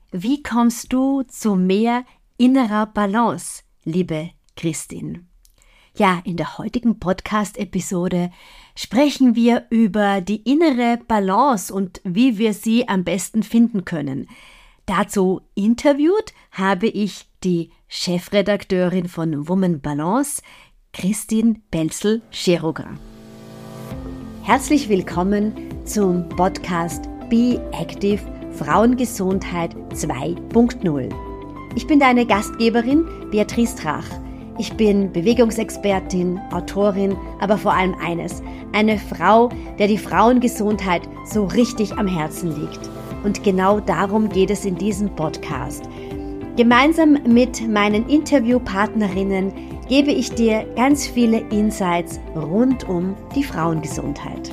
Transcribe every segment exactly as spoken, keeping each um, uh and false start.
Wie kommst du zu mehr innerer Balance, liebe Christin? Ja, in der heutigen Podcast-Episode sprechen wir über die innere Balance und wie wir sie am besten finden können. Dazu interviewt habe ich die Chefredakteurin von Woman Balance, Christin Belzel-Scheroga. Herzlich willkommen zum Podcast Be Active Frauengesundheit zwei Punkt null. Ich bin deine Gastgeberin Beatrice Drach. Ich bin Bewegungsexpertin, Autorin, aber vor allem eines, eine Frau, der die Frauengesundheit so richtig am Herzen liegt. Und genau darum geht es in diesem Podcast. Gemeinsam mit meinen Interviewpartnerinnen gebe ich dir ganz viele Insights rund um die Frauengesundheit.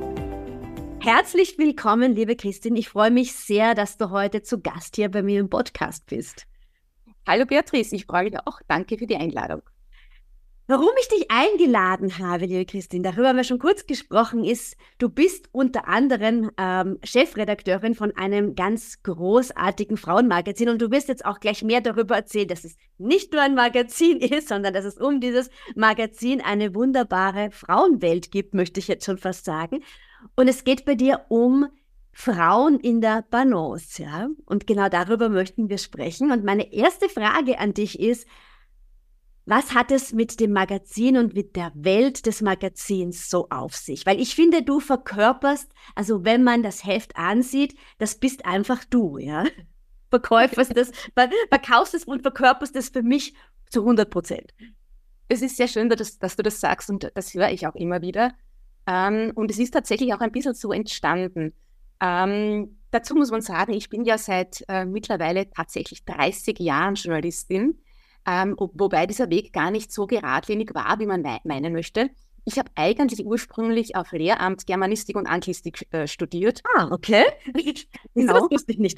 Herzlich willkommen, liebe Christin. Ich freue mich sehr, dass du heute zu Gast hier bei mir im Podcast bist. Hallo Beatrice, ich freue mich auch. Danke für die Einladung. Warum ich dich eingeladen habe, liebe Christin, darüber haben wir schon kurz gesprochen, ist, du bist unter anderem ähm, Chefredakteurin von einem ganz großartigen Frauenmagazin und du wirst jetzt auch gleich mehr darüber erzählen, dass es nicht nur ein Magazin ist, sondern dass es um dieses Magazin eine wunderbare Frauenwelt gibt, möchte ich jetzt schon fast sagen. Und es geht bei dir um Frauen in der Balance, ja? Und genau darüber möchten wir sprechen. Und meine erste Frage an dich ist, was hat es mit dem Magazin und mit der Welt des Magazins so auf sich? Weil ich finde, du verkörperst, also wenn man das Heft ansieht, das bist einfach du, ja? Verkäuferst das, verkaufst es und verkörperst es für mich zu hundert Prozent. Es ist sehr schön, dass, dass du das sagst und das höre ich auch immer wieder. Ähm, und es ist tatsächlich auch ein bisschen so entstanden. Ähm, dazu muss man sagen, ich bin ja seit äh, mittlerweile tatsächlich dreißig Jahren Journalistin, ähm, ob, wobei dieser Weg gar nicht so geradlinig war, wie man me- meinen möchte. Ich habe eigentlich ursprünglich auf Lehramt Germanistik und Anglistik äh, studiert. Ah, okay. Genau. Das wusste ich nicht.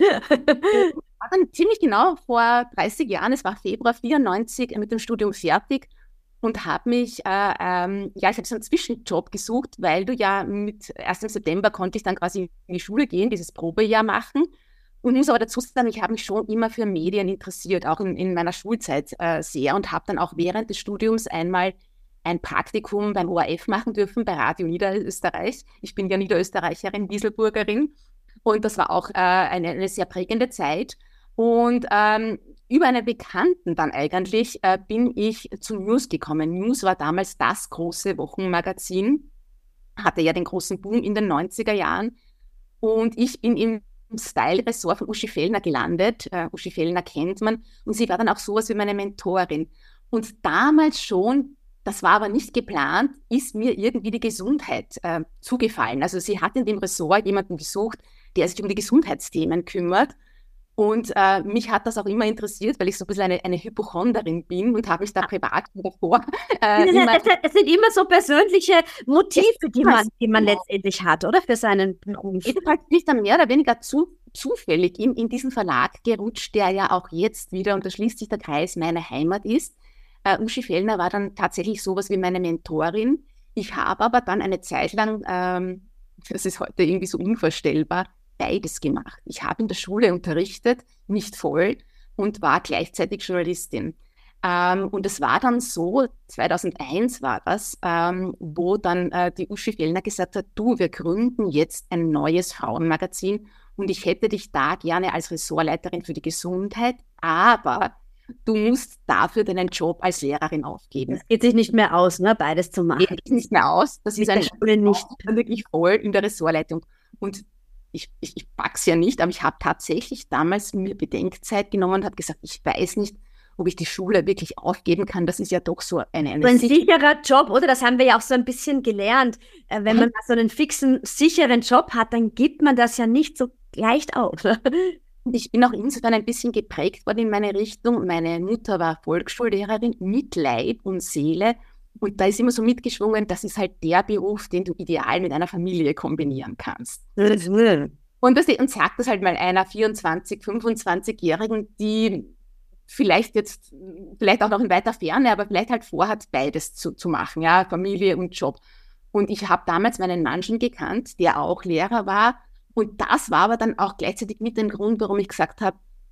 War dann ziemlich genau vor dreißig Jahren, es war Februar vierundneunzig, mit dem Studium fertig. Und habe mich, äh, ähm, ja, ich habe so einen Zwischenjob gesucht, weil du ja mit ersten September konnte ich dann quasi in die Schule gehen, dieses Probejahr machen. Und muss aber dazu sagen, ich habe mich schon immer für Medien interessiert, auch in, in meiner Schulzeit äh, sehr und habe dann auch während des Studiums einmal ein Praktikum beim O R F machen dürfen, bei Radio Niederösterreich. Ich bin ja Niederösterreicherin, Wieselburgerin und das war auch äh, eine, eine sehr prägende Zeit. Und ähm, über einen Bekannten dann eigentlich äh, bin ich zu News gekommen. News war damals das große Wochenmagazin, hatte ja den großen Boom in den neunziger Jahren. Und ich bin im Style-Ressort von Uschi Fellner gelandet. Äh, Uschi Fellner kennt man. Und sie war dann auch sowas wie meine Mentorin. Und damals schon, das war aber nicht geplant, ist mir irgendwie die Gesundheit äh, zugefallen. Also sie hat in dem Ressort jemanden gesucht, der sich um die Gesundheitsthemen kümmert. Und äh, mich hat das auch immer interessiert, weil ich so ein bisschen eine, eine Hypochonderin bin und habe mich da privat davor. Äh, immer, es sind immer so persönliche Motive, die man, die man genau. letztendlich hat, oder? Für seinen Beruf. Ich bin halt nicht mehr oder weniger zu, zufällig in, in diesen Verlag gerutscht, der ja auch jetzt wieder, und da schließt sich der Kreis, meine Heimat ist. Äh, Uschi Fellner war dann tatsächlich sowas wie meine Mentorin. Ich habe aber dann eine Zeit lang, ähm, das ist heute irgendwie so unvorstellbar, beides gemacht. Ich habe in der Schule unterrichtet, nicht voll, und war gleichzeitig Journalistin. Ähm, und es war dann so, zweitausendeins war das, ähm, wo dann äh, die Uschi Fellner gesagt hat, du, wir gründen jetzt ein neues Frauenmagazin und ich hätte dich da gerne als Ressortleiterin für die Gesundheit, aber du musst dafür deinen Job als Lehrerin aufgeben. Das geht sich nicht mehr aus, ne, beides zu machen. Geht nicht mehr aus. Das Mit ist eine Schule nicht wirklich voll in der Ressortleitung. Und ich, ich, ich pack's ja nicht, aber ich habe tatsächlich damals mir Bedenkzeit genommen und habe gesagt, ich weiß nicht, ob ich die Schule wirklich aufgeben kann. Das ist ja doch so eine, eine so ein sicherer Job, oder? Das haben wir ja auch so ein bisschen gelernt. Äh, wenn man so einen fixen, sicheren Job hat, dann gibt man das ja nicht so leicht auf. Und ich bin auch insofern ein bisschen geprägt worden in meine Richtung. Meine Mutter war Volksschullehrerin mit Leib und Seele. Und da ist immer so mitgeschwungen, das ist halt der Beruf, den du ideal mit einer Familie kombinieren kannst. Und, das, und sagt das halt mal einer vierundzwanzig-, fünfundzwanzigjährigen, die vielleicht jetzt, vielleicht auch noch in weiter Ferne, aber vielleicht halt vorhat, beides zu, zu machen, ja, Familie und Job. Und ich habe damals meinen Mann schon gekannt, der auch Lehrer war. Und das war aber dann auch gleichzeitig mit dem Grund, warum ich gesagt habe,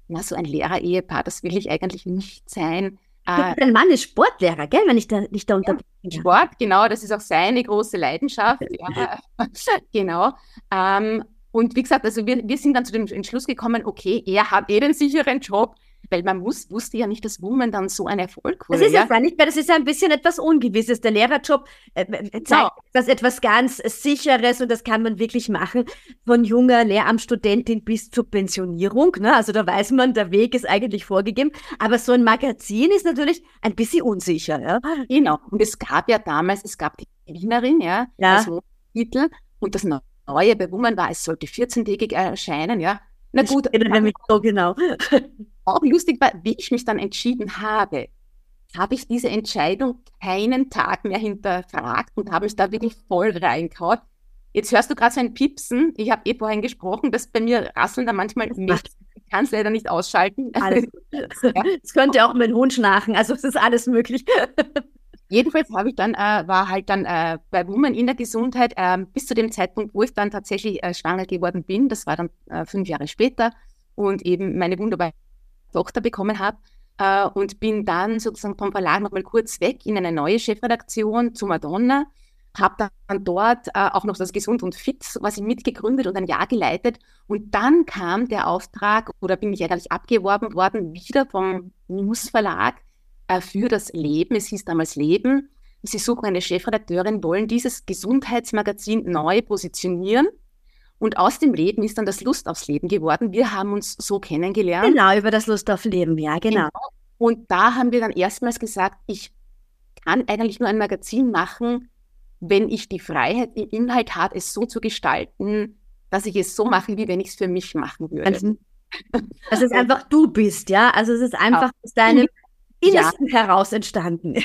na, so ein Lehrer-Ehepaar, das will ich eigentlich nicht sein. Äh, Dein Mann ist Sportlehrer, gell, wenn ich da nicht da unterbreche. Ja, Sport, genau, das ist auch seine große Leidenschaft. Ja, genau. Ähm, und wie gesagt, also wir, wir sind dann zu dem Entschluss gekommen, okay, er hat eh den sicheren Job, weil man muss, wusste ja nicht, dass Woman dann so ein Erfolg wurde. Das ist ja es ja nicht, weil das ist ein bisschen etwas Ungewisses. Der Lehrerjob äh, zeigt Genau. das etwas ganz Sicheres und das kann man wirklich machen, von junger Lehramtsstudentin bis zur Pensionierung. Ne? Also da weiß man, der Weg ist eigentlich vorgegeben. Aber so ein Magazin ist natürlich ein bisschen unsicher. Ja? Genau. Und es gab ja damals, es gab die Wienerin, ja, Ja. als Titel. Und das Neue bei Woman war, es sollte vierzehntägig erscheinen, ja. Na gut, Ich erinnere mich so genau. auch lustig war, wie ich mich dann entschieden habe, habe ich diese Entscheidung keinen Tag mehr hinterfragt und habe mich da wirklich voll reingehauen. Jetzt hörst du gerade so ein Piepsen. Ich habe eh vorhin gesprochen, dass bei mir rasseln da manchmal Mädchen. Ich kann es leider nicht ausschalten. Alles. Ja. Es könnte auch mein Hund schnarchen, also es ist alles möglich. Jedenfalls habe ich dann, äh, war halt dann äh, bei Woman in der Gesundheit äh, bis zu dem Zeitpunkt, wo ich dann tatsächlich äh, schwanger geworden bin. Das war dann äh, fünf Jahre später und eben meine wunderbare Tochter bekommen habe. Uh, und bin dann sozusagen vom Verlag nochmal kurz weg in eine neue Chefredaktion zu Madonna, habe dann dort uh, auch noch das Gesund und Fit, was ich mitgegründet und ein Jahr geleitet. Und dann kam der Auftrag, oder bin ich eigentlich abgeworben worden, wieder vom News Verlag uh, für das Leben. Es hieß damals Leben. Sie suchen eine Chefredakteurin, wollen dieses Gesundheitsmagazin neu positionieren. Und aus dem Leben ist dann das Lust aufs Leben geworden. Wir haben uns so kennengelernt. Genau, über das Lust auf Leben, ja, genau. genau. Und da haben wir dann erstmals gesagt, ich kann eigentlich nur ein Magazin machen, wenn ich die Freiheit im Inhalt habe, es so zu gestalten, dass ich es so mache, wie wenn ich es für mich machen würde. Also, dass es einfach du bist, ja? Also es ist einfach aus deinem Innersten ja. heraus entstanden.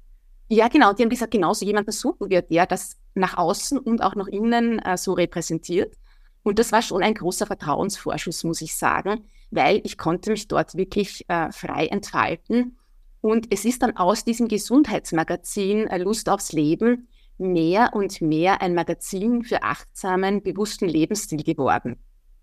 Ja, genau. Die haben gesagt, genauso jemanden suchen wir, der das nach außen und auch nach innen äh, so repräsentiert. Und das war schon ein großer Vertrauensvorschuss, muss ich sagen, weil ich konnte mich dort wirklich äh, frei entfalten. Und es ist dann aus diesem Gesundheitsmagazin äh, Lust aufs Leben mehr und mehr ein Magazin für achtsamen, bewussten Lebensstil geworden.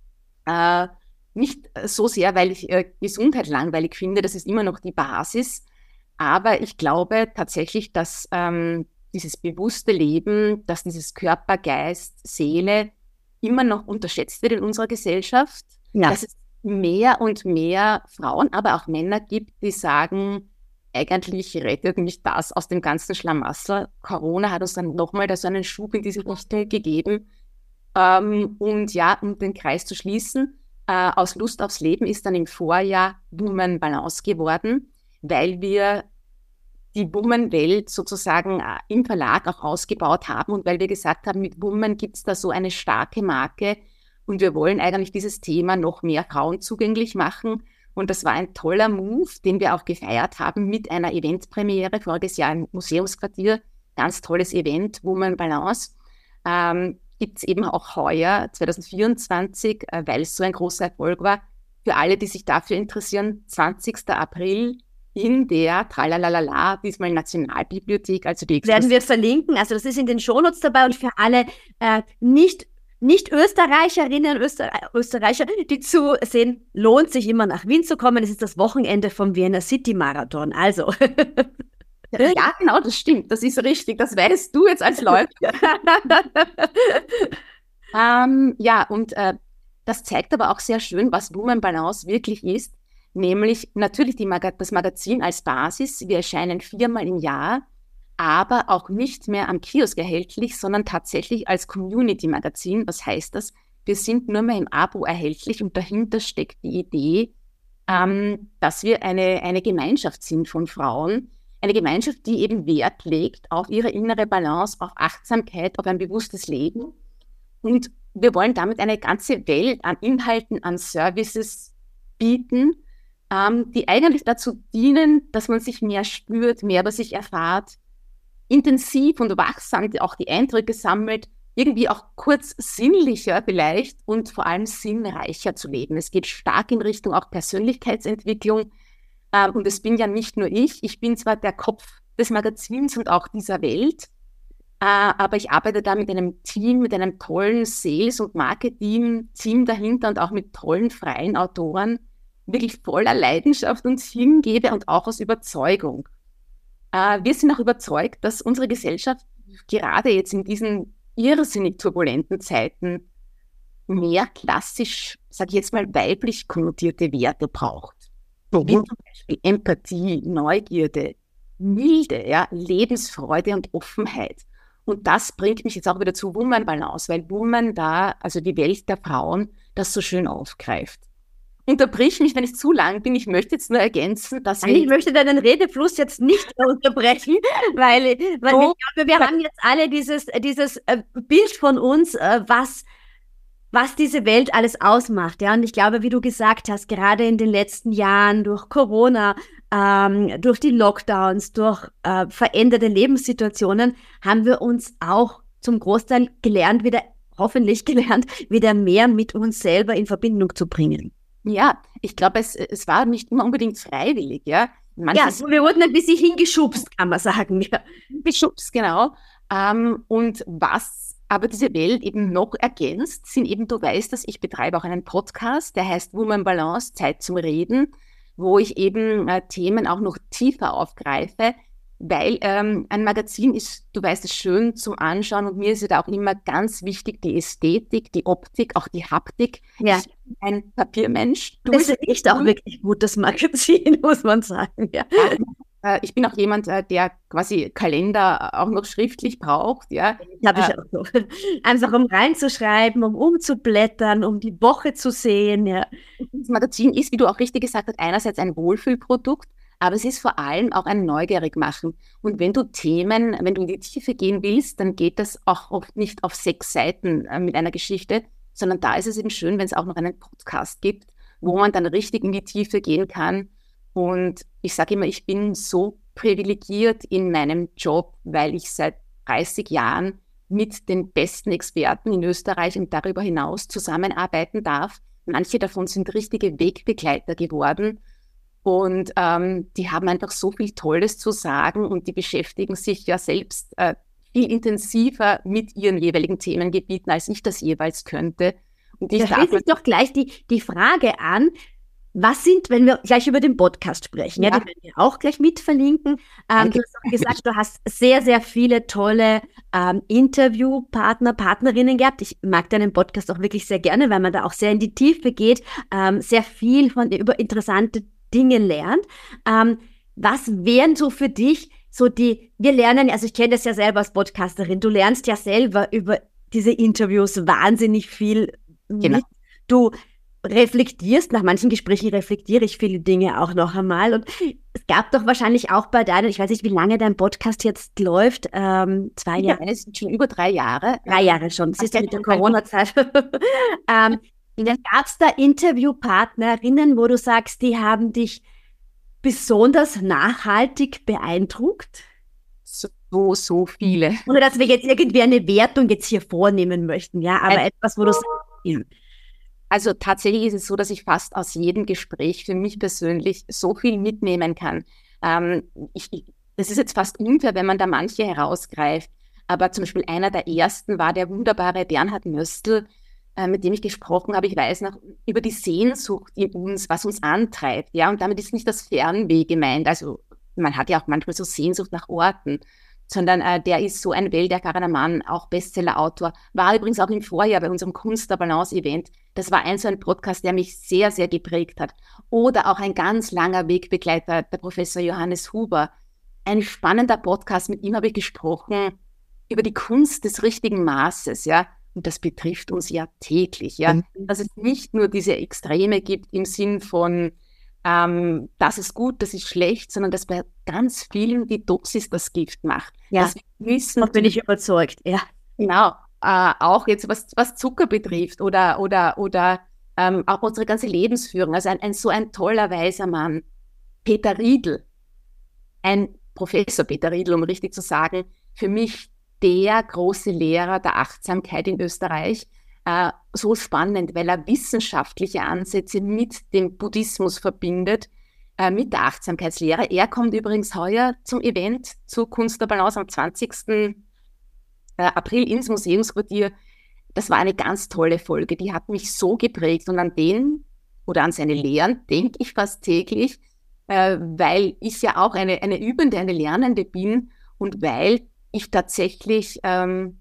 Äh, nicht so sehr, weil ich äh, Gesundheit langweilig finde, das ist immer noch die Basis, aber ich glaube tatsächlich, dass ähm, dieses bewusste Leben, dass dieses Körper, Geist, Seele immer noch unterschätzt wird in unserer Gesellschaft, ja. dass es mehr und mehr Frauen, aber auch Männer gibt, die sagen, eigentlich rettet mich das aus dem ganzen Schlamassel. Corona hat uns dann nochmal da so einen Schub in diese Richtung gegeben. Ähm, und ja, um den Kreis zu schließen, äh, aus Lust aufs Leben ist dann im Vorjahr Woman Balance geworden, weil wir die Woman-Welt sozusagen im Verlag auch ausgebaut haben und weil wir gesagt haben, mit Woman gibt es da so eine starke Marke und wir wollen eigentlich dieses Thema noch mehr Frauen zugänglich machen. Und das war ein toller Move, den wir auch gefeiert haben mit einer Eventpremiere voriges Jahr im Museumsquartier. Ganz tolles Event, Woman Balance. Ähm, gibt es eben auch heuer, zwanzig vierundzwanzig, äh, weil es so ein großer Erfolg war. Für alle, die sich dafür interessieren, zwanzigster April in der Tralalala, diesmal Nationalbibliothek, also die werden wir verlinken, also das ist in den Shownotes dabei und für alle äh, nicht, nicht Österreicherinnen und Öster Österreicher, die zusehen, lohnt sich immer nach Wien zu kommen, es ist das Wochenende vom Vienna City Marathon, also. Ja, genau, das stimmt, das ist richtig, das weißt du jetzt als Leute. ähm, ja, und äh, das zeigt aber auch sehr schön, was Woman Balance wirklich ist. Nämlich natürlich die Mag- das Magazin als Basis. Wir erscheinen viermal im Jahr, aber auch nicht mehr am Kiosk erhältlich, sondern tatsächlich als Community-Magazin. Was heißt das? Wir sind nur mehr im Abo erhältlich und dahinter steckt die Idee, ähm, dass wir eine, eine Gemeinschaft sind von Frauen. Eine Gemeinschaft, die eben Wert legt auf ihre innere Balance, auf Achtsamkeit, auf ein bewusstes Leben. Und wir wollen damit eine ganze Welt an Inhalten, an Services bieten, die eigentlich dazu dienen, dass man sich mehr spürt, mehr über sich erfahrt, intensiv und wachsam auch die Eindrücke sammelt, irgendwie auch kurz sinnlicher vielleicht und vor allem sinnreicher zu leben. Es geht stark in Richtung auch Persönlichkeitsentwicklung und es bin ja nicht nur ich, ich bin zwar der Kopf des Magazins und auch dieser Welt, aber ich arbeite da mit einem Team, mit einem tollen Sales- und Marketing-Team dahinter und auch mit tollen freien Autoren, wirklich voller Leidenschaft uns hingebe und auch aus Überzeugung. Äh, wir sind auch überzeugt, dass unsere Gesellschaft gerade jetzt in diesen irrsinnig turbulenten Zeiten mehr klassisch, sage ich jetzt mal, weiblich konnotierte Werte braucht. Mhm. Wie zum Beispiel Empathie, Neugierde, Milde, ja, Lebensfreude und Offenheit. Und das bringt mich jetzt auch wieder zu Woman Balance, weil Woman da, also die Welt der Frauen, das so schön aufgreift. Unterbrich mich, wenn ich zu lang bin. Ich möchte jetzt nur ergänzen, dass wir... Ich möchte deinen Redefluss jetzt nicht unterbrechen, weil, weil oh, ich glaube, wir haben jetzt alle dieses, dieses Bild von uns, was, was diese Welt alles ausmacht. Ja? Und ich glaube, wie du gesagt hast, gerade in den letzten Jahren durch Corona, ähm, durch die Lockdowns, durch äh, veränderte Lebenssituationen, haben wir uns auch zum Großteil gelernt, wieder, hoffentlich gelernt, wieder mehr mit uns selber in Verbindung zu bringen. Ja, ich glaube, es, es war nicht immer unbedingt freiwillig, ja. Manches ja, wir wurden ein bisschen hingeschubst, kann man sagen. Ja. Geschubst, genau. Ähm, und was aber diese Welt eben noch ergänzt, sind eben, du weißt, dass ich betreibe auch einen Podcast, der heißt Woman Balance, Zeit zum Reden, wo ich eben äh, Themen auch noch tiefer aufgreife, weil ähm, ein Magazin ist, du weißt es, schön zum Anschauen und mir ist ja auch immer ganz wichtig die Ästhetik, die Optik, auch die Haptik. Ja. Ich bin ein Papiermensch. Du das ist echt auch wirklich gut, das Magazin, muss man sagen. Ja. Ja, äh, ich bin auch jemand, äh, der quasi Kalender auch noch schriftlich braucht. Ja, habe ich äh, auch so. Einfach um reinzuschreiben, um umzublättern, um die Woche zu sehen. Ja. Das Magazin ist, wie du auch richtig gesagt hast, einerseits ein Wohlfühlprodukt, aber es ist vor allem auch ein neugierig machen. Und wenn du Themen, wenn du in die Tiefe gehen willst, dann geht das auch oft nicht auf sechs Seiten äh, mit einer Geschichte, sondern da ist es eben schön, wenn es auch noch einen Podcast gibt, wo man dann richtig in die Tiefe gehen kann. Und ich sage immer, ich bin so privilegiert in meinem Job, weil ich seit dreißig Jahren mit den besten Experten in Österreich und darüber hinaus zusammenarbeiten darf. Manche davon sind richtige Wegbegleiter geworden. Und ähm, die haben einfach so viel Tolles zu sagen und die beschäftigen sich ja selbst äh, viel intensiver mit ihren jeweiligen Themengebieten, als ich das jeweils könnte. Und ich da schließt sich doch gleich die, die Frage an, was sind, wenn wir gleich über den Podcast sprechen, ja, ja den werden wir auch gleich mit verlinken. Ähm, du hast auch gesagt, du hast sehr, sehr viele tolle ähm, Interviewpartner, Partnerinnen gehabt. Ich mag deinen Podcast auch wirklich sehr gerne, weil man da auch sehr in die Tiefe geht, ähm, sehr viel von über interessante Dinge lernt. Ähm, was wären so für dich so die, wir lernen, also ich kenne das ja selber als Podcasterin, du lernst ja selber über diese Interviews wahnsinnig viel genau. mit. Du reflektierst, nach manchen Gesprächen reflektiere ich viele Dinge auch noch einmal und es gab doch wahrscheinlich auch bei deinen, ich weiß nicht, wie lange dein Podcast jetzt läuft, ähm, zwei ja, Jahre? Es sind schon über drei Jahre. Drei Jahre schon, das ist ja mit der Corona-Zeit. ähm, Gab es da Interviewpartnerinnen, wo du sagst, die haben dich besonders nachhaltig beeindruckt? So, so viele. Ohne dass wir jetzt irgendwie eine Wertung jetzt hier vornehmen möchten, ja, aber Ein, etwas, wo du sagst, ja. Also tatsächlich ist es so, dass ich fast aus jedem Gespräch für mich persönlich so viel mitnehmen kann. Ähm, ich, ich, das ist jetzt fast unfair, wenn man da manche herausgreift, aber zum Beispiel einer der ersten war der wunderbare Bernhard Möstl, äh, mit dem ich gesprochen habe. Ich weiß noch über die Sehnsucht in uns, was uns antreibt. Ja, und damit ist nicht das Fernweh gemeint. Also man hat ja auch manchmal so Sehnsucht nach Orten, sondern äh, der ist so ein welterfahrener Mann, auch Bestseller-Autor, war übrigens auch im Vorjahr bei unserem Kunst der Balance-Event. Das war ein so ein Podcast, der mich sehr, sehr geprägt hat. Oder auch ein ganz langer Wegbegleiter, der Professor Johannes Huber. Ein spannender Podcast, mit ihm habe ich gesprochen über die Kunst des richtigen Maßes, ja. Und das betrifft uns ja täglich, ja. Mhm. Dass es nicht nur diese Extreme gibt im Sinn von Ähm, das ist gut, das ist schlecht, sondern dass bei ganz vielen die Dosis das Gift macht. Ja, dass wir wissen, da bin ich überzeugt, ja. Genau, äh, auch jetzt was, was Zucker betrifft oder, oder, oder ähm, auch unsere ganze Lebensführung. Also ein, ein so ein toller, weiser Mann, Peter Riedl, ein Professor Peter Riedl, um richtig zu sagen, für mich der große Lehrer der Achtsamkeit in Österreich. Uh, so spannend, weil er wissenschaftliche Ansätze mit dem Buddhismus verbindet, uh, mit der Achtsamkeitslehre. Er kommt übrigens heuer zum Event zur Kunst der Balance am zwanzigsten April ins Museumsquartier. Das war eine ganz tolle Folge, die hat mich so geprägt und an den oder an seine Lehren denke ich fast täglich, äh, weil ich ja auch eine, eine Übende, eine Lernende bin und weil ich tatsächlich ähm,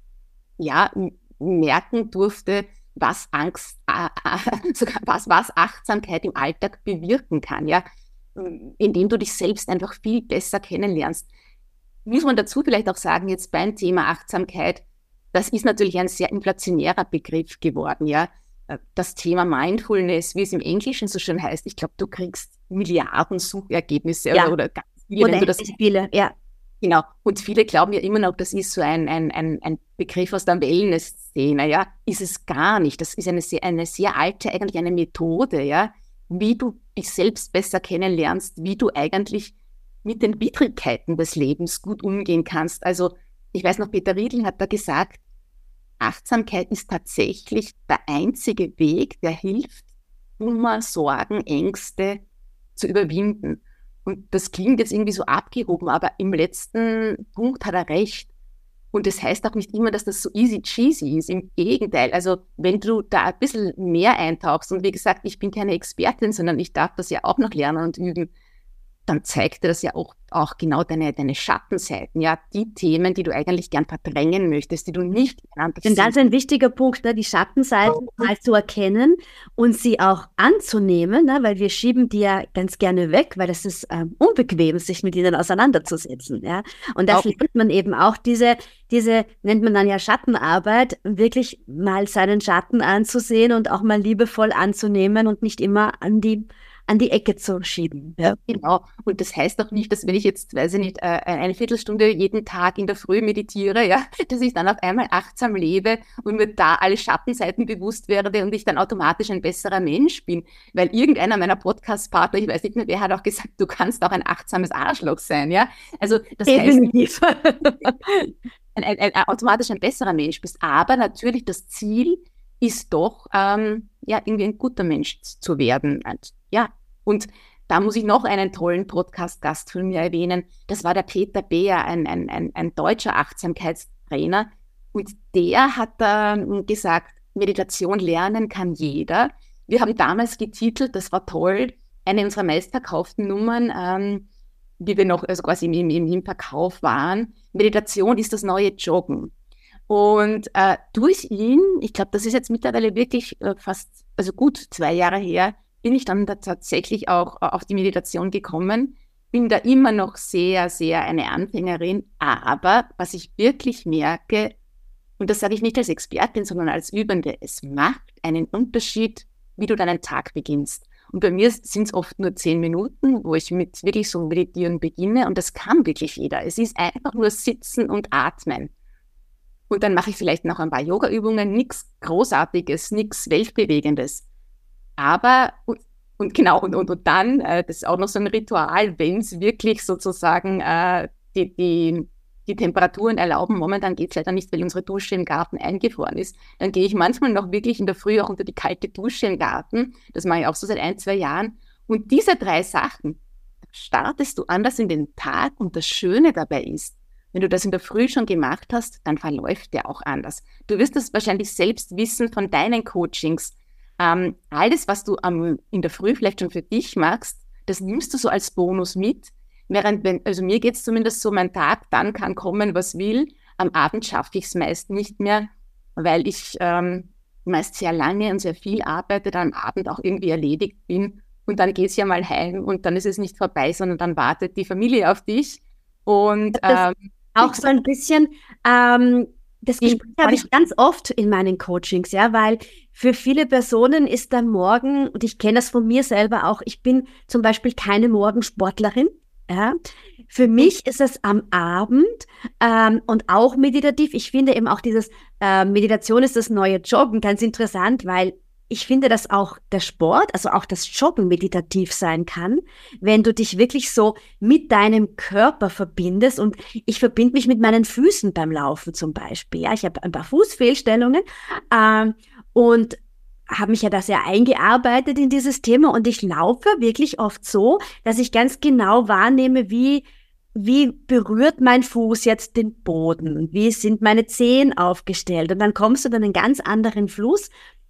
ja, m- merken durfte, was Angst, äh, äh, sogar was, was Achtsamkeit im Alltag bewirken kann, ja, indem du dich selbst einfach viel besser kennenlernst. Muss man dazu vielleicht auch sagen, jetzt beim Thema Achtsamkeit, das ist natürlich ein sehr inflationärer Begriff geworden, ja. Das Thema Mindfulness, wie es im Englischen so schön heißt, ich glaube, du kriegst Milliarden Suchergebnisse Ja, oder, oder ganz viele, wenn du das unendlich viele, ja. genau. Und viele glauben ja immer noch, das ist so ein, ein, ein, ein Begriff aus der Wellness-Szene, ja. Ist es gar nicht. Das ist eine sehr, eine sehr alte, eigentlich eine Methode, ja, wie du dich selbst besser kennenlernst, wie du eigentlich mit den Widrigkeiten des Lebens gut umgehen kannst. Also, ich weiß noch, Peter Riedl hat da gesagt, Achtsamkeit ist tatsächlich der einzige Weg, der hilft, Kummer, Sorgen, Ängste zu überwinden. Und das klingt jetzt irgendwie so abgehoben, aber im letzten Punkt hat er recht. Und das heißt auch nicht immer, dass das so easy cheesy ist. Im Gegenteil, also wenn du da ein bisschen mehr eintauchst, und wie gesagt, ich bin keine Expertin, sondern ich darf das ja auch noch lernen und üben, dann zeigt dir das ja auch, auch genau deine, deine Schattenseiten, ja, die Themen, die du eigentlich gern verdrängen möchtest, die du nicht genannt hast. Denn das ist ein wichtiger Punkt, ne, die Schattenseiten mal zu erkennen und sie auch anzunehmen, ne, weil wir schieben die ja ganz gerne weg, weil es ist ähm, unbequem, sich mit ihnen auseinanderzusetzen. Ja? Und das Auch. lernt man eben auch, diese, diese, nennt man dann ja Schattenarbeit, wirklich mal seinen Schatten anzusehen und auch mal liebevoll anzunehmen und nicht immer an die an die Ecke zu schieben. Ja. Genau. Und das heißt auch nicht, dass wenn ich jetzt, weiß ich nicht, äh, eine Viertelstunde jeden Tag in der Früh meditiere, ja, dass ich dann auf einmal achtsam lebe und mir da alle Schattenseiten bewusst werde und ich dann automatisch ein besserer Mensch bin. Weil irgendeiner meiner Podcast-Partner, ich weiß nicht mehr, wer hat auch gesagt, du kannst auch ein achtsames Arschloch sein, ja. Also das Definitiv. heißt, ein, ein, ein, automatisch ein besserer Mensch bist. Aber natürlich das Ziel ist doch, ähm, ja, irgendwie ein guter Mensch zu werden. Und, ja, und da muss ich noch einen tollen Podcast-Gast von mir erwähnen. Das war der Peter Beer, ein, ein, ein, ein deutscher Achtsamkeitstrainer. Und der hat ähm, gesagt, Meditation lernen kann jeder. Wir haben damals getitelt, das war toll, eine unserer meistverkauften Nummern, ähm, wie wir noch also quasi im, im, im Verkauf waren. Meditation ist das neue Joggen. Und äh, durch ihn, ich glaube, das ist jetzt mittlerweile wirklich äh, fast, also gut zwei Jahre her, bin ich dann da tatsächlich auch äh, auf die Meditation gekommen. Bin da immer noch sehr, sehr eine Anfängerin. Aber was ich wirklich merke, und das sage ich nicht als Expertin, sondern als Übende, es macht einen Unterschied, wie du deinen Tag beginnst. Und bei mir sind es oft nur zehn Minuten, wo ich mit wirklich so Meditieren beginne. Und das kann wirklich jeder. Es ist einfach nur Sitzen und Atmen. Und dann mache ich vielleicht noch ein paar Yoga-Übungen, nichts Großartiges, nichts Weltbewegendes. Aber, und, und genau, und, und, und dann, äh, das ist auch noch so ein Ritual, wenn es wirklich sozusagen äh, die, die, die Temperaturen erlauben. Momentan geht es leider nicht, weil unsere Dusche im Garten eingefroren ist. Dann gehe ich manchmal noch wirklich in der Früh auch unter die kalte Dusche im Garten. Das mache ich auch so seit ein, zwei Jahren. Und diese drei Sachen, startest du anders in den Tag und das Schöne dabei ist, wenn du das in der Früh schon gemacht hast, dann verläuft der auch anders. Du wirst das wahrscheinlich selbst wissen von deinen Coachings. Ähm, alles, was du am, in der Früh vielleicht schon für dich machst, das nimmst du so als Bonus mit. Während, wenn, also mir geht es zumindest so, mein Tag, dann kann kommen, was will. Am Abend schaffe ich es meist nicht mehr, weil ich ähm, meist sehr lange und sehr viel arbeite, dann am Abend auch irgendwie erledigt bin. Und dann geht es ja mal heim und dann ist es nicht vorbei, sondern dann wartet die Familie auf dich. Und ähm, auch so ein bisschen, ähm, das Gespräch habe ich ganz oft in meinen Coachings, ja, weil für viele Personen ist der Morgen, und ich kenne das von mir selber auch, ich bin zum Beispiel keine Morgensportlerin, ja. Für mich ist es am Abend ähm, und auch meditativ. Ich finde eben auch dieses äh, Meditation ist das neue Joggen ganz interessant, weil ich finde, dass auch der Sport, also auch das Joggen meditativ sein kann, wenn du dich wirklich so mit deinem Körper verbindest. Und ich verbinde mich mit meinen Füßen beim Laufen zum Beispiel. Ja, ich habe ein paar Fußfehlstellungen ähm, und habe mich ja da sehr eingearbeitet in dieses Thema. Und ich laufe wirklich oft so, dass ich ganz genau wahrnehme, wie wie berührt mein Fuß jetzt den Boden? Wie sind meine Zehen aufgestellt? Und dann kommst du in einen ganz anderen Fluss.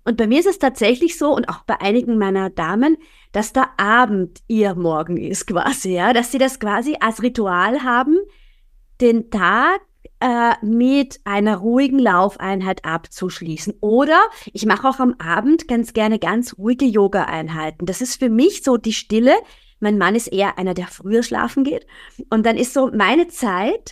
Und bei mir ist es tatsächlich so, und auch bei einigen meiner Damen, dass der Abend ihr Morgen ist quasi, ja, dass sie das quasi als Ritual haben, den Tag äh, mit einer ruhigen Laufeinheit abzuschließen. Oder ich mache auch am Abend ganz gerne ganz ruhige Yoga-Einheiten. Das ist für mich so die Stille. Mein Mann ist eher einer, der früher schlafen geht. Und dann ist so meine Zeit,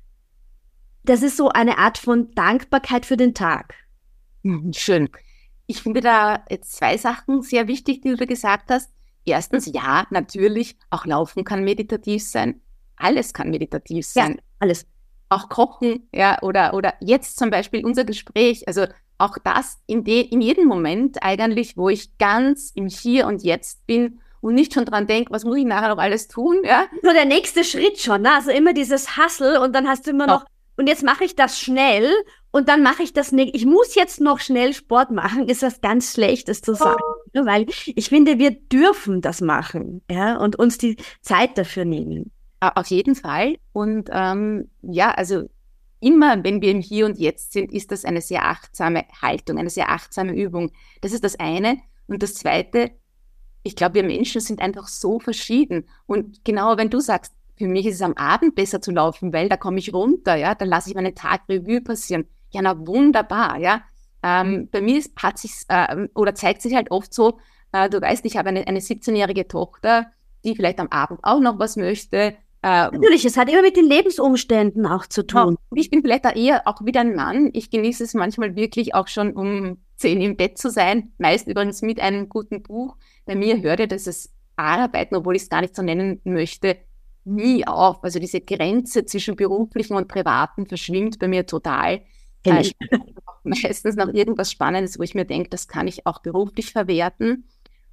das ist so eine Art von Dankbarkeit für den Tag. Mhm, schön. Ich finde da jetzt zwei Sachen sehr wichtig, die du da gesagt hast. Erstens, ja, natürlich, auch Laufen kann meditativ sein. Alles kann meditativ sein. Ja, alles. Auch Kochen, ja, oder, oder jetzt zum Beispiel unser Gespräch. Also auch das in, de, in jedem Moment eigentlich, wo ich ganz im Hier und Jetzt bin und nicht schon dran denke, was muss ich nachher noch alles tun, ja. So der nächste Schritt schon, ne? Also immer dieses Hustle und dann hast du immer Genau. noch, und jetzt mache ich das schnell und dann mache ich das nicht. Ich muss jetzt noch schnell Sport machen, ist was ganz Schlechtes zu sagen, ne? Weil ich finde, wir dürfen das machen, ja, und uns die Zeit dafür nehmen. Auf jeden Fall. Und ähm, ja, also immer, wenn wir im Hier und Jetzt sind, ist das eine sehr achtsame Haltung, eine sehr achtsame Übung. Das ist das eine. Und das zweite, ich glaube, wir Menschen sind einfach so verschieden. Und genau, wenn du sagst, für mich ist es am Abend besser zu laufen, weil da komme ich runter, ja, da lasse ich meinen Tag Revue passieren. Ja, na wunderbar, ja. Ähm, bei mir ist, hat sich äh, oder zeigt sich halt oft so, äh, du weißt, ich habe eine, eine siebzehnjährige Tochter, die vielleicht am Abend auch noch was möchte. Äh, Natürlich, es hat immer mit den Lebensumständen auch zu tun. Ich bin vielleicht da eher auch wieder ein Mann. Ich genieße es manchmal wirklich auch schon um zehn im Bett zu sein, meist übrigens mit einem guten Buch. Bei mir hört ja dieses Arbeiten, obwohl ich es gar nicht so nennen möchte, nie auf. Also diese Grenze zwischen beruflichen und privaten verschwimmt bei mir total. Kenn Äh, ich. ich habe meistens noch irgendwas Spannendes, wo ich mir denke, das kann ich auch beruflich verwerten.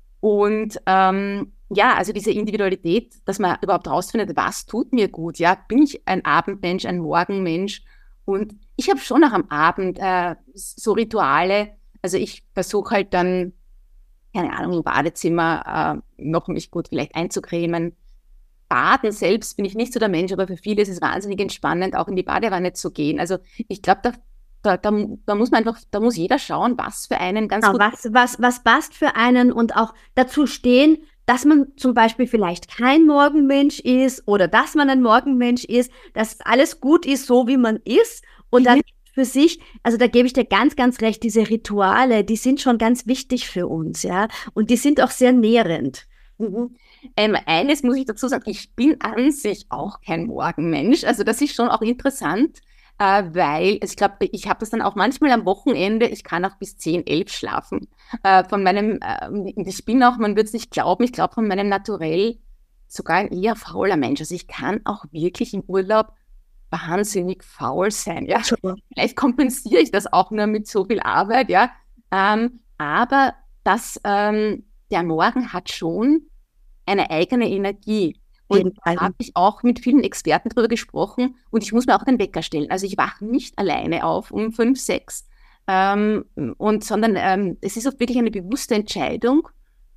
Und ähm, ja, also diese Individualität, dass man überhaupt rausfindet, was tut mir gut, ja, bin ich ein Abendmensch, ein Morgenmensch, und ich habe schon auch am Abend äh, so Rituale, also ich versuche halt dann, keine Ahnung, im Badezimmer äh, noch mich gut vielleicht einzucremen. Baden selbst bin ich nicht so der Mensch, aber für viele ist es wahnsinnig entspannend, auch in die Badewanne zu gehen. Also ich glaube, da Da, da, da muss man einfach, da muss jeder schauen, was für einen ganz Genau, gut was, was, was passt für einen und auch dazu stehen, dass man zum Beispiel vielleicht kein Morgenmensch ist oder dass man ein Morgenmensch ist, dass alles gut ist, so wie man ist und dann für sich, also da gebe ich dir ganz, ganz recht, diese Rituale, die sind schon ganz wichtig für uns, ja, und die sind auch sehr nährend. Mhm. Ähm, eines muss ich dazu sagen, ich bin an sich auch kein Morgenmensch. Also das ist schon auch interessant, äh, weil also ich glaube, ich habe das dann auch manchmal am Wochenende, ich kann auch bis zehn, elf schlafen. Äh, von meinem, äh, ich bin auch, man wird es nicht glauben, ich glaube von meinem Naturell sogar ein eher fauler Mensch. Also ich kann auch wirklich im Urlaub wahnsinnig faul sein. Ja? Vielleicht kompensiere ich das auch nur mit so viel Arbeit, ja. Ähm, aber das, ähm, der Morgen hat schon eine eigene Energie. Und da habe ich auch mit vielen Experten drüber gesprochen und ich muss mir auch den Wecker stellen. Also ich wache nicht alleine auf um fünf, sechs, ähm, und, sondern ähm, es ist oft wirklich eine bewusste Entscheidung,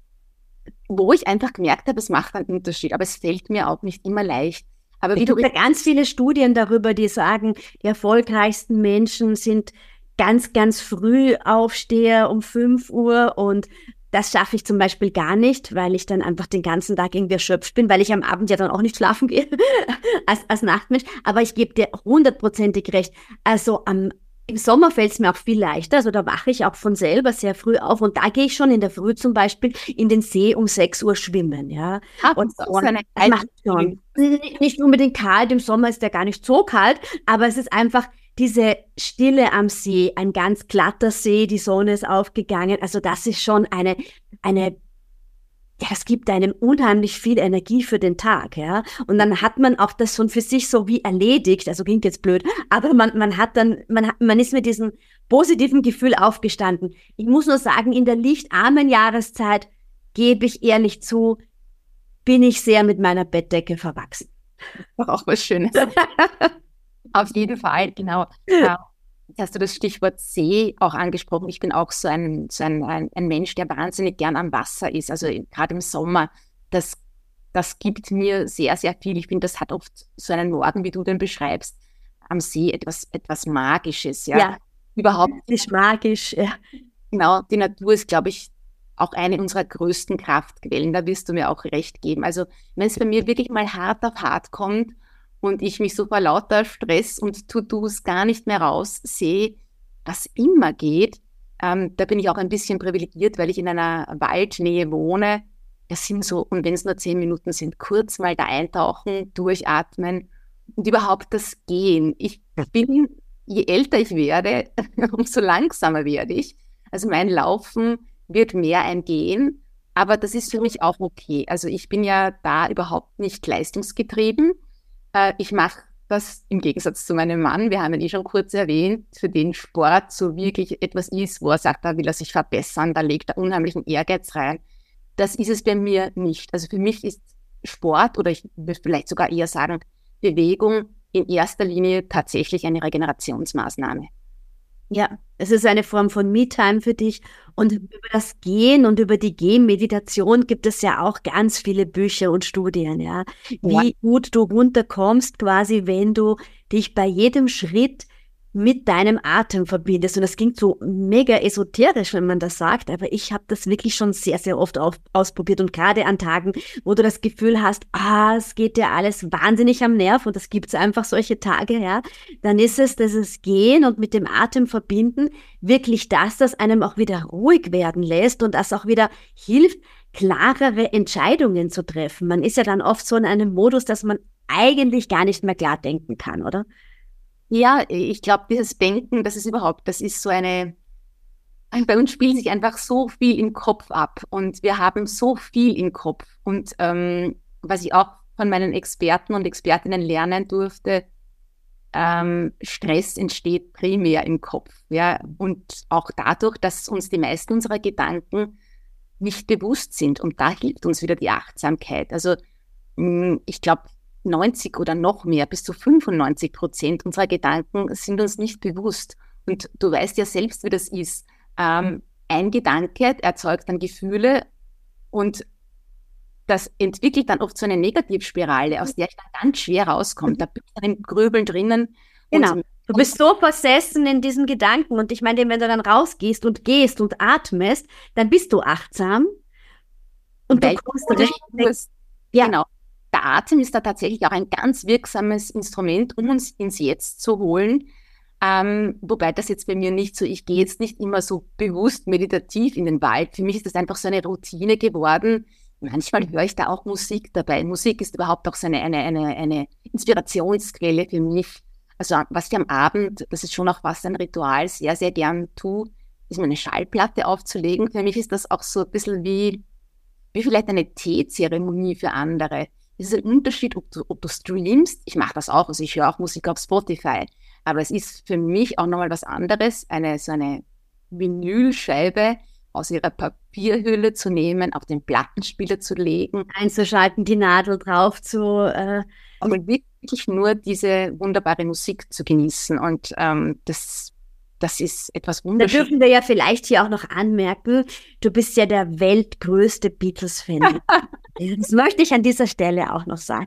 wo ich einfach gemerkt habe, es macht einen Unterschied. Aber es fällt mir auch nicht immer leicht. Aber wie Es du gibt ja ganz viele Studien darüber, die sagen, die erfolgreichsten Menschen sind ganz, ganz früh Aufsteher um fünf Uhr und das schaffe ich zum Beispiel gar nicht, weil ich dann einfach den ganzen Tag irgendwie erschöpft bin, weil ich am Abend ja dann auch nicht schlafen gehe als, als Nachtmensch. Aber ich gebe dir hundertprozentig recht. Also am, im Sommer fällt es mir auch viel leichter. Also da wache ich auch von selber sehr früh auf und da gehe ich schon in der Früh zum Beispiel in den See um sechs Uhr schwimmen. Ja. Ah, und das ist eine das macht schon. Nicht unbedingt kalt, im Sommer ist der gar nicht so kalt, aber es ist einfach diese Stille am See, ein ganz glatter See, die Sonne ist aufgegangen. Also das ist schon eine, eine, ja, es gibt einem unheimlich viel Energie für den Tag, ja. Und dann hat man auch das schon für sich so wie erledigt, also klingt jetzt blöd, aber man, man hat dann, man, hat, man ist mit diesem positiven Gefühl aufgestanden. Ich muss nur sagen, in der lichtarmen Jahreszeit, gebe ich ehrlich zu, bin ich sehr mit meiner Bettdecke verwachsen. Auch was Schönes. Auf jeden Fall, genau. Ja. Jetzt hast du das Stichwort See auch angesprochen. Ich bin auch so ein, so ein, ein, ein Mensch, der wahnsinnig gern am Wasser ist. Also gerade im Sommer, das, das gibt mir sehr, sehr viel. Ich finde, das hat oft so einen Morgen, wie du den beschreibst, am See etwas, etwas Magisches. Ja, ja. Überhaupt nicht magisch, ja. genau, die Natur ist, glaube ich, auch eine unserer größten Kraftquellen. Da wirst du mir auch recht geben. Also wenn es bei mir wirklich mal hart auf hart kommt und ich mich so vor lauter Stress und To-Dos gar nicht mehr raussehe, was immer geht, ähm, da bin ich auch ein bisschen privilegiert, weil ich in einer Waldnähe wohne. Das sind so, und wenn es nur zehn Minuten sind, kurz mal da eintauchen, durchatmen und überhaupt das Gehen. Ich bin, je älter ich werde, umso langsamer werde ich. Also mein Laufen wird mehr ein Gehen, aber das ist für mich auch okay. Also ich bin ja da überhaupt nicht leistungsgetrieben. Äh, ich mache das im Gegensatz zu meinem Mann, wir haben ihn eh schon kurz erwähnt, für den Sport so wirklich etwas ist, wo er sagt, da will er sich verbessern, da legt er unheimlichen Ehrgeiz rein. Das ist es bei mir nicht. Also für mich ist Sport, oder ich würde vielleicht sogar eher sagen, Bewegung in erster Linie tatsächlich eine Regenerationsmaßnahme. Ja, es ist eine Form von Me-Time für dich. Und über das Gehen und über die Gehmeditation gibt es ja auch ganz viele Bücher und Studien, ja. Wie Ja. gut du runterkommst, quasi, wenn du dich bei jedem Schritt mit deinem Atem verbindest. Und das klingt so mega esoterisch, wenn man das sagt, aber ich habe das wirklich schon sehr, sehr oft auf, ausprobiert. Und gerade an Tagen, wo du das Gefühl hast, ah, es geht dir alles wahnsinnig am Nerv, und das gibt's einfach solche Tage, ja, dann ist es dieses Gehen und mit dem Atem verbinden wirklich das, das einem auch wieder ruhig werden lässt und das auch wieder hilft, klarere Entscheidungen zu treffen. Man ist ja dann oft so in einem Modus, dass man eigentlich gar nicht mehr klar denken kann, oder? Ja, ich glaube, dieses Denken, das ist überhaupt, das ist so eine, bei uns spielt sich einfach so viel im Kopf ab und wir haben so viel im Kopf. Und ähm, was ich auch von meinen Experten und Expertinnen lernen durfte, ähm, Stress entsteht primär im Kopf. Ja? Und auch dadurch, dass uns die meisten unserer Gedanken nicht bewusst sind. Und da hilft uns wieder die Achtsamkeit. Also mh, ich glaube, neunzig oder noch mehr, bis zu fünfundneunzig Prozent unserer Gedanken sind uns nicht bewusst. Und du weißt ja selbst, wie das ist. Ähm, ein Gedanke erzeugt dann Gefühle und das entwickelt dann oft so eine Negativspirale, aus der ich dann ganz schwer rauskomme. Da bin ich dann im Grübeln drinnen. Genau. Und Du bist so versessen in diesen Gedanken, und ich meine, wenn du dann rausgehst und gehst und atmest, dann bist du achtsam und du weil kommst du richtig. es, Ja, genau. Der Atem ist da tatsächlich auch ein ganz wirksames Instrument, um uns ins Jetzt zu holen. Ähm, wobei das jetzt bei mir nicht so, ich gehe jetzt nicht immer so bewusst meditativ in den Wald. Für mich ist das einfach so eine Routine geworden. Manchmal höre ich da auch Musik dabei. Musik ist überhaupt auch so eine, eine, eine, eine Inspirationsquelle für mich. Also was ich am Abend, das ist schon auch fast ein Ritual, sehr, sehr gern tue, ist mir eine Schallplatte aufzulegen. Für mich ist das auch so ein bisschen wie, wie vielleicht eine Teezeremonie für andere. Es ist ein Unterschied, ob du, ob du streamst. Ich mache das auch, also ich höre auch Musik auf Spotify. Aber es ist für mich auch nochmal was anderes, eine so eine Vinylscheibe aus ihrer Papierhülle zu nehmen, auf den Plattenspieler zu legen einzuschalten, die Nadel drauf zu. Äh, und wirklich nur diese wunderbare Musik zu genießen. Und ähm, das, das ist etwas Da Wunderschönes. dürfen wir ja vielleicht hier auch noch anmerken, du bist ja der weltgrößte Beatles-Fan. Das möchte ich an dieser Stelle auch noch sagen.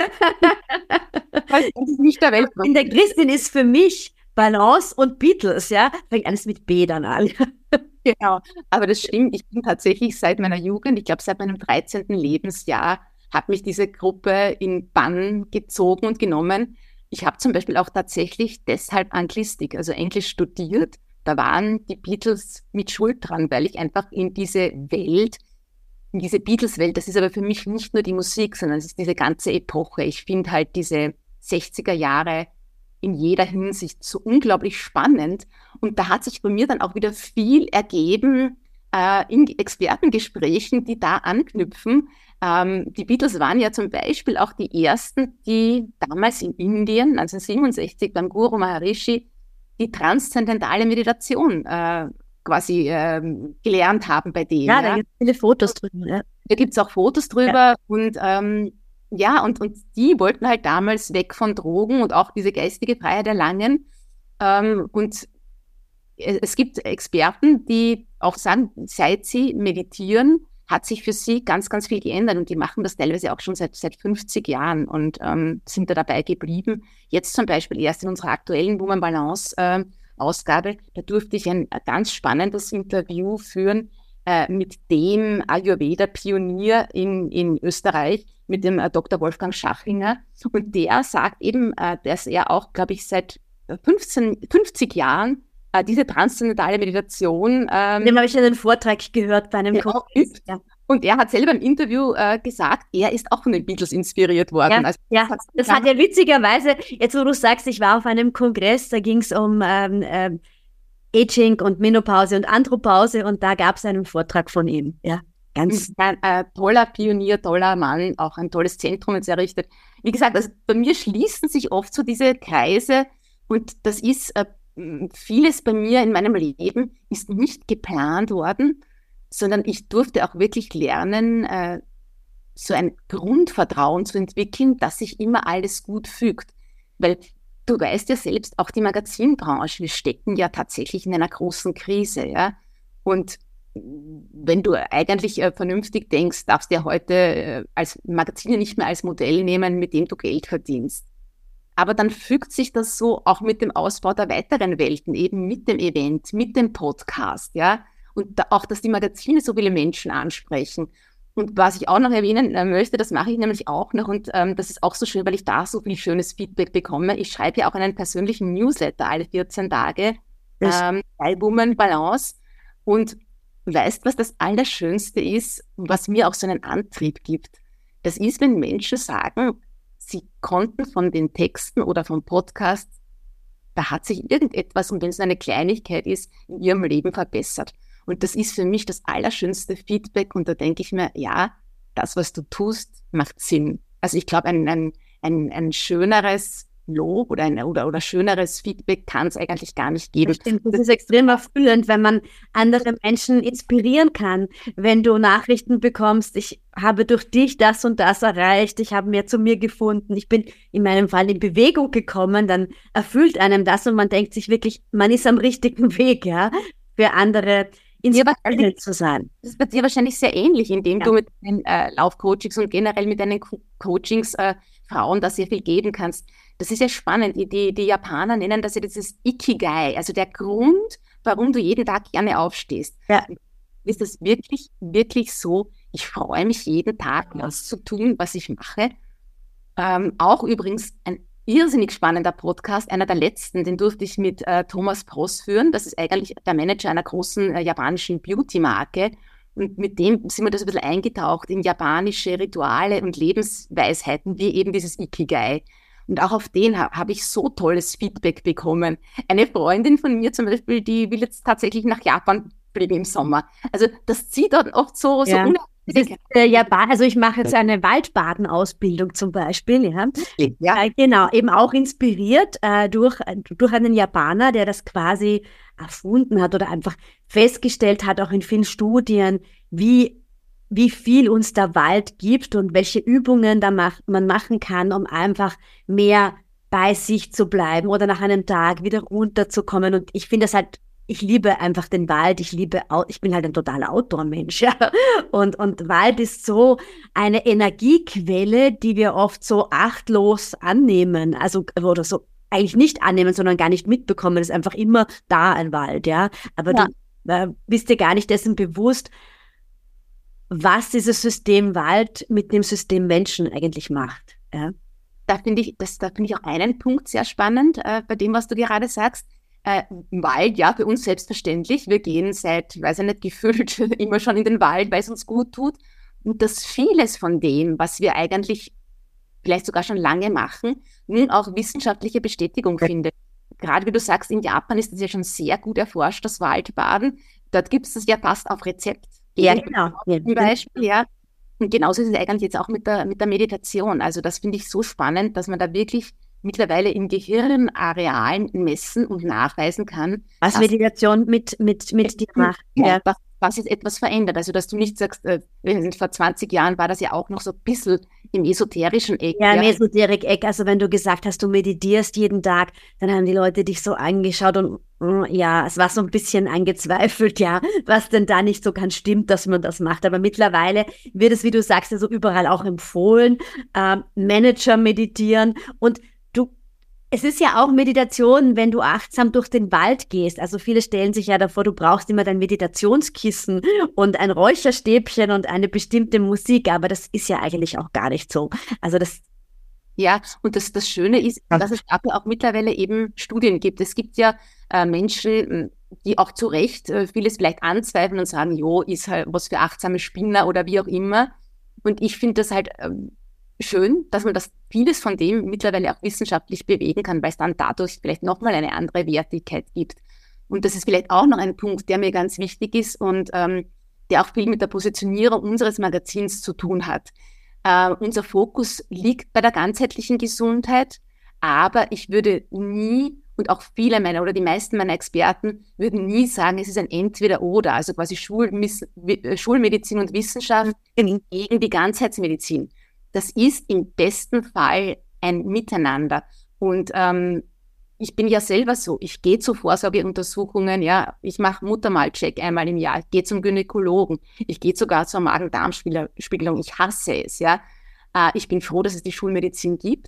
Das ist nicht der Welt. In der Christin ist für mich Balance und Beatles, ja, fängt alles mit B dann an. Genau, aber das stimmt. Ich bin tatsächlich seit meiner Jugend, ich glaube seit meinem dreizehnten Lebensjahr, hat mich diese Gruppe in Bann gezogen und genommen. Ich habe zum Beispiel auch tatsächlich deshalb Anglistik, also Englisch studiert. Da waren die Beatles mit Schuld dran, weil ich einfach in diese Welt, in diese Beatles-Welt, das ist aber für mich nicht nur die Musik, sondern es ist diese ganze Epoche. Ich finde halt diese sechziger Jahre in jeder Hinsicht so unglaublich spannend. Und da hat sich bei mir dann auch wieder viel ergeben äh, in Expertengesprächen, die da anknüpfen. Ähm, die Beatles waren ja zum Beispiel auch die ersten, die damals in Indien, neunzehnhundertsiebenundsechzig beim Guru Maharishi, die transzendentale Meditation äh, quasi äh, gelernt haben bei denen. Ja, Ja, da gibt es viele Fotos drüber. Ja. Da gibt es auch Fotos drüber. Ja. Und ähm, ja, und, und die wollten halt damals weg von Drogen und auch diese geistige Freiheit erlangen. Ähm, und es gibt Experten, die auch sagen, seit sie meditieren, hat sich für sie ganz, ganz viel geändert. Und die machen das teilweise auch schon seit, seit fünfzig Jahren und ähm, sind da dabei geblieben. Jetzt zum Beispiel erst in unserer aktuellen Woman Balance äh, Ausgabe, da durfte ich ein ganz spannendes Interview führen äh, mit dem Ayurveda-Pionier in, in Österreich, mit dem äh, Doktor Wolfgang Schachinger. Und der sagt eben, äh, dass er auch, glaube ich, seit fünfzehn, fünfzig Jahren äh, diese transzendentale Meditation... Ähm, dem habe ich einen Vortrag gehört bei einem Kongress. Ja. Und er hat selber im Interview äh, gesagt, er ist auch von den Beatles inspiriert worden. Ja, also, ja. Das hat ja witzigerweise, jetzt wo du sagst, ich war auf einem Kongress, da ging es um ähm, ähm, Aging und Menopause und Andropause und da gab es einen Vortrag von ihm. Ja, ganz ein äh, toller Pionier, toller Mann, auch ein tolles Zentrum jetzt errichtet. Wie gesagt, also bei mir schließen sich oft so diese Kreise und das ist, äh, vieles bei mir in meinem Leben ist nicht geplant worden, sondern ich durfte auch wirklich lernen, äh, so ein Grundvertrauen zu entwickeln, dass sich immer alles gut fügt. Weil du weißt ja selbst, auch die Magazinbranche, wir stecken ja tatsächlich in einer großen Krise, ja. Und wenn du eigentlich äh, vernünftig denkst, darfst du ja heute äh, als Magazine nicht mehr als Modell nehmen, mit dem du Geld verdienst. Aber dann fügt sich das so auch mit dem Ausbau der weiteren Welten, eben mit dem Event, mit dem Podcast, ja. Und da auch, dass die Magazine so viele Menschen ansprechen. Und was ich auch noch erwähnen äh, möchte, das mache ich nämlich auch noch und ähm, das ist auch so schön, weil ich da so viel schönes Feedback bekomme. Ich schreibe ja auch einen persönlichen Newsletter alle vierzehn Tage, ähm, bei Woman Balance. Und weißt, was das Allerschönste ist, was mir auch so einen Antrieb gibt? Das ist, wenn Menschen sagen, sie konnten von den Texten oder vom Podcast, da hat sich irgendetwas, und wenn es eine Kleinigkeit ist, in ihrem Leben verbessert. Und das ist für mich das allerschönste Feedback. Und da denke ich mir, ja, das, was du tust, macht Sinn. Also ich glaube, ein, ein, ein, ein schöneres Lob oder, ein, oder, oder schöneres Feedback kann es eigentlich gar nicht geben. Das stimmt, das ist extrem erfüllend, wenn man andere Menschen inspirieren kann. Wenn du Nachrichten bekommst, ich habe durch dich das und das erreicht, ich habe mehr zu mir gefunden, ich bin in meinem Fall in Bewegung gekommen, dann erfüllt einem das und man denkt sich wirklich, man ist am richtigen Weg, ja, für andere inspirierend zu sein. Das ist bei dir wahrscheinlich sehr ähnlich, indem ja. du mit den äh, Laufcoachings und generell mit deinen Co- Coachings äh, Frauen da sehr viel geben kannst. Das ist ja spannend. Die, die, die Japaner nennen das ja dieses Ikigai, also der Grund, warum du jeden Tag gerne aufstehst. Ja. Ist das wirklich, wirklich so? Ich freue mich jeden Tag, das zu tun, was ich mache. Ähm, auch übrigens ein irrsinnig spannender Podcast, einer der letzten, den durfte ich mit äh, Thomas Pross führen. Das ist eigentlich der Manager einer großen äh, japanischen Beauty-Marke. Und mit dem sind wir das ein bisschen eingetaucht in japanische Rituale und Lebensweisheiten, wie eben dieses Ikigai. Und auch auf den ha- habe ich so tolles Feedback bekommen. Eine Freundin von mir zum Beispiel, die will jetzt tatsächlich nach Japan fliegen im Sommer. Also das zieht dort oft so, so ja. un- Ist, äh, ja, also ich mache jetzt eine Waldbadenausbildung zum Beispiel, ja. ja. Äh, genau, eben auch inspiriert äh, durch, durch einen Japaner, der das quasi erfunden hat oder einfach festgestellt hat, auch in vielen Studien, wie, wie viel uns der Wald gibt und welche Übungen da mach, man machen kann, um einfach mehr bei sich zu bleiben oder nach einem Tag wieder runterzukommen. Und ich finde das halt, ich liebe einfach den Wald, ich liebe, ich bin halt ein totaler Outdoor-Mensch, ja. Und, und Wald ist so eine Energiequelle, die wir oft so achtlos annehmen, also, oder so eigentlich nicht annehmen, sondern gar nicht mitbekommen. Es ist einfach immer da ein Wald, ja. Aber ja. du äh, bist dir gar nicht dessen bewusst, was dieses System Wald mit dem System Menschen eigentlich macht, ja. Da finde ich, das, da finde ich auch einen Punkt sehr spannend, äh, bei dem, was du gerade sagst. Äh, Wald, ja, für uns selbstverständlich. Wir gehen seit, weiß ich nicht, gefühlt immer schon in den Wald, weil es uns gut tut. Und dass vieles von dem, was wir eigentlich vielleicht sogar schon lange machen, nun auch wissenschaftliche Bestätigung ja. findet. Gerade wie du sagst, in Japan ist das ja schon sehr gut erforscht, das Waldbaden. Dort gibt es das ja fast auf Rezept. Ja, genau. Zum Beispiel, ja. Und genauso ist es eigentlich jetzt auch mit der, mit der Meditation. Also das finde ich so spannend, dass man da wirklich mittlerweile in Gehirnarealen messen und nachweisen kann. Was Meditation mit, mit, mit dir macht. Ja, ja. Dass, dass es etwas verändert. Also dass du nicht sagst, äh, vor zwanzig Jahren war das ja auch noch so ein bisschen im esoterischen Eck. Ja, im ja. Esoterik-Eck. Also wenn du gesagt hast, du meditierst jeden Tag, dann haben die Leute dich so angeschaut und ja, es war so ein bisschen angezweifelt, ja, was denn da nicht so ganz stimmt, dass man das macht. Aber mittlerweile wird es, wie du sagst, ja so überall auch empfohlen. Ähm, Manager meditieren und du, Es ist ja auch Meditation, wenn du achtsam durch den Wald gehst. Also viele stellen sich ja davor, du brauchst immer dein Meditationskissen und ein Räucherstäbchen und eine bestimmte Musik, aber das ist ja eigentlich auch gar nicht so. Also das Ja, und das, das Schöne ist, dass es dafür auch mittlerweile eben Studien gibt. Es gibt ja äh, Menschen, die auch zu Recht äh, vieles vielleicht anzweifeln und sagen, jo, ist halt was für achtsame Spinner oder wie auch immer. Und ich finde das halt ähm, schön, dass man das vieles von dem mittlerweile auch wissenschaftlich bewegen kann, weil es dann dadurch vielleicht nochmal eine andere Wertigkeit gibt. Und das ist vielleicht auch noch ein Punkt, der mir ganz wichtig ist und ähm, der auch viel mit der Positionierung unseres Magazins zu tun hat. Uh, unser Fokus liegt bei der ganzheitlichen Gesundheit, aber ich würde nie, und auch viele meiner oder die meisten meiner Experten würden nie sagen, es ist ein Entweder-Oder, also quasi Schulmiss- Schulmedizin und Wissenschaft gegen die Ganzheitsmedizin. Das ist im besten Fall ein Miteinander. Und ähm, ich bin ja selber so, ich gehe zu Vorsorgeuntersuchungen, ja, ich mache Muttermalcheck einmal im Jahr, ich gehe zum Gynäkologen, ich gehe sogar zur Magen-Darm-Spiegelung, ich hasse es, ja. Äh, ich bin froh, dass es die Schulmedizin gibt,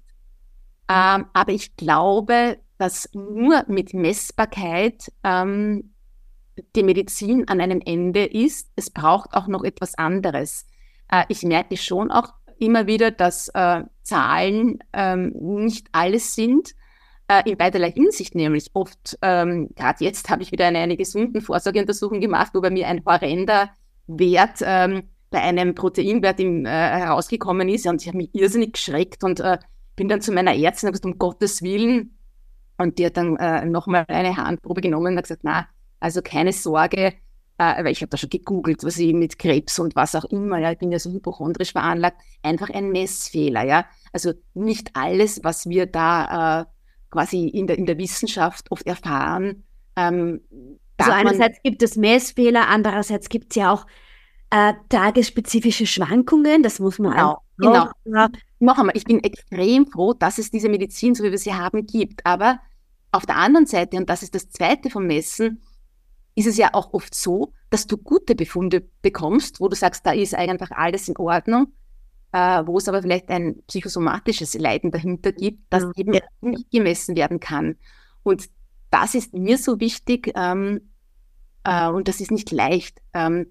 ähm, aber ich glaube, dass nur mit Messbarkeit ähm, die Medizin an einem Ende ist. Es braucht auch noch etwas anderes. Äh, ich merke schon auch immer wieder, dass äh, Zahlen ähm, nicht alles sind. Äh, in beiderlei Hinsicht nämlich. Oft, ähm, gerade jetzt habe ich wieder eine, eine gesunden Vorsorgeuntersuchung gemacht, wo bei mir ein horrender Wert ähm, bei einem Proteinwert im, äh, herausgekommen ist. Und ich habe mich irrsinnig geschreckt und äh, bin dann zu meiner Ärztin und habe gesagt, um Gottes Willen. Und die hat dann äh, nochmal eine Handprobe genommen und hat gesagt, na, also keine Sorge, äh, weil ich habe da schon gegoogelt, was ich mit Krebs und was auch immer, ja, ich bin ja so hypochondrisch veranlagt, einfach ein Messfehler, ja. Also nicht alles, was wir da äh, quasi in der, in der Wissenschaft oft erfahren. Ähm, also einerseits gibt es Messfehler, andererseits gibt es ja auch äh, tagesspezifische Schwankungen, das muss man genau, genau. genau. Noch einmal, ich bin extrem froh, dass es diese Medizin, so wie wir sie haben, gibt. Aber auf der anderen Seite, und das ist das Zweite vom Messen, ist es ja auch oft so, dass du gute Befunde bekommst, wo du sagst, da ist einfach alles in Ordnung, äh, wo es aber vielleicht ein psychosomatisches Leiden dahinter gibt, das ja. eben nicht gemessen werden kann. Und das ist mir so wichtig, ähm, äh, und das ist nicht leicht. Ähm,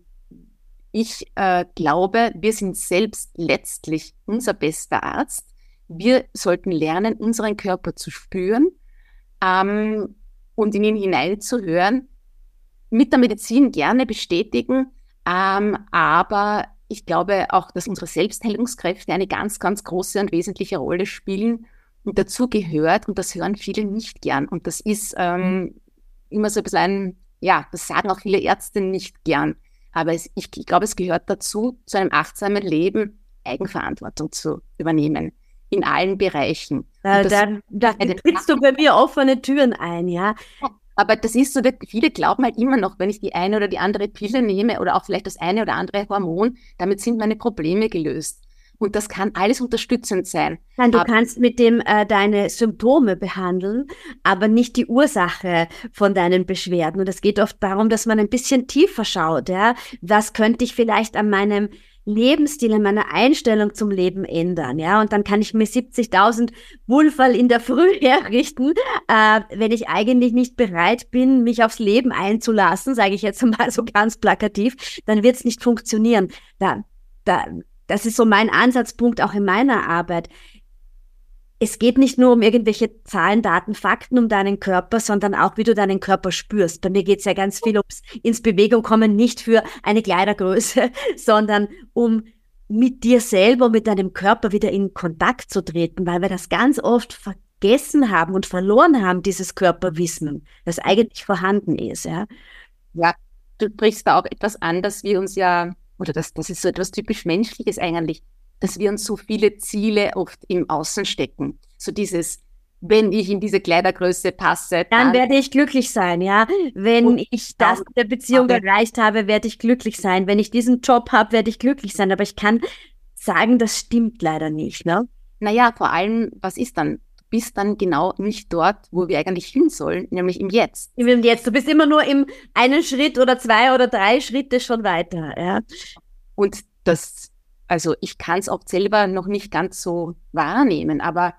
ich äh, glaube, wir sind selbst letztlich unser bester Arzt. Wir sollten lernen, unseren Körper zu spüren ähm, und in ihn hineinzuhören, mit der Medizin gerne bestätigen, ähm, aber ich glaube auch, dass unsere Selbstheilungskräfte eine ganz, ganz große und wesentliche Rolle spielen und dazu gehört, und das hören viele nicht gern, und das ist ähm, immer so ein bisschen ein, ja, das sagen auch viele Ärzte nicht gern, aber es, ich, ich glaube, es gehört dazu, zu einem achtsamen Leben Eigenverantwortung zu übernehmen, in allen Bereichen. Da, da, da trittst du bei mir offene Türen ein, ja. Aber das ist so, viele glauben halt immer noch, wenn ich die eine oder die andere Pille nehme oder auch vielleicht das eine oder andere Hormon, damit sind meine Probleme gelöst. Und das kann alles unterstützend sein. Nein, du aber kannst mit dem äh, deine Symptome behandeln, aber nicht die Ursache von deinen Beschwerden. Und es geht oft darum, dass man ein bisschen tiefer schaut. Ja? Was könnte ich vielleicht an meinem Lebensstil, an meiner Einstellung zum Leben ändern, ja, und dann kann ich mir siebzigtausend Wohlfall in der Früh herrichten, äh, wenn ich eigentlich nicht bereit bin, mich aufs Leben einzulassen, sage ich jetzt mal so ganz plakativ, dann wird es nicht funktionieren. Da, da, das ist so mein Ansatzpunkt auch in meiner Arbeit. Es geht nicht nur um irgendwelche Zahlen, Daten, Fakten um deinen Körper, sondern auch, wie du deinen Körper spürst. Bei mir geht es ja ganz viel ums ins Bewegung kommen, nicht für eine Kleidergröße, sondern um mit dir selber, mit deinem Körper wieder in Kontakt zu treten, weil wir das ganz oft vergessen haben und verloren haben, dieses Körperwissen, das eigentlich vorhanden ist. Ja, ja, du sprichst da auch etwas an, dass wir uns ja, oder das, das ist so etwas typisch Menschliches eigentlich, dass wir uns so viele Ziele oft im Außen stecken. So dieses, wenn ich in diese Kleidergröße passe, dann, dann werde ich glücklich sein, ja. Wenn ich das in der Beziehung okay. erreicht habe, werde ich glücklich sein. Wenn ich diesen Job habe, werde ich glücklich sein. Aber ich kann sagen, das stimmt leider nicht, ne? Naja, vor allem, was ist dann? Du bist dann genau nicht dort, wo wir eigentlich hin sollen, nämlich im Jetzt. Im Jetzt. Du bist immer nur im einen Schritt oder zwei oder drei Schritte schon weiter, ja. Und das Also ich kann es auch selber noch nicht ganz so wahrnehmen, aber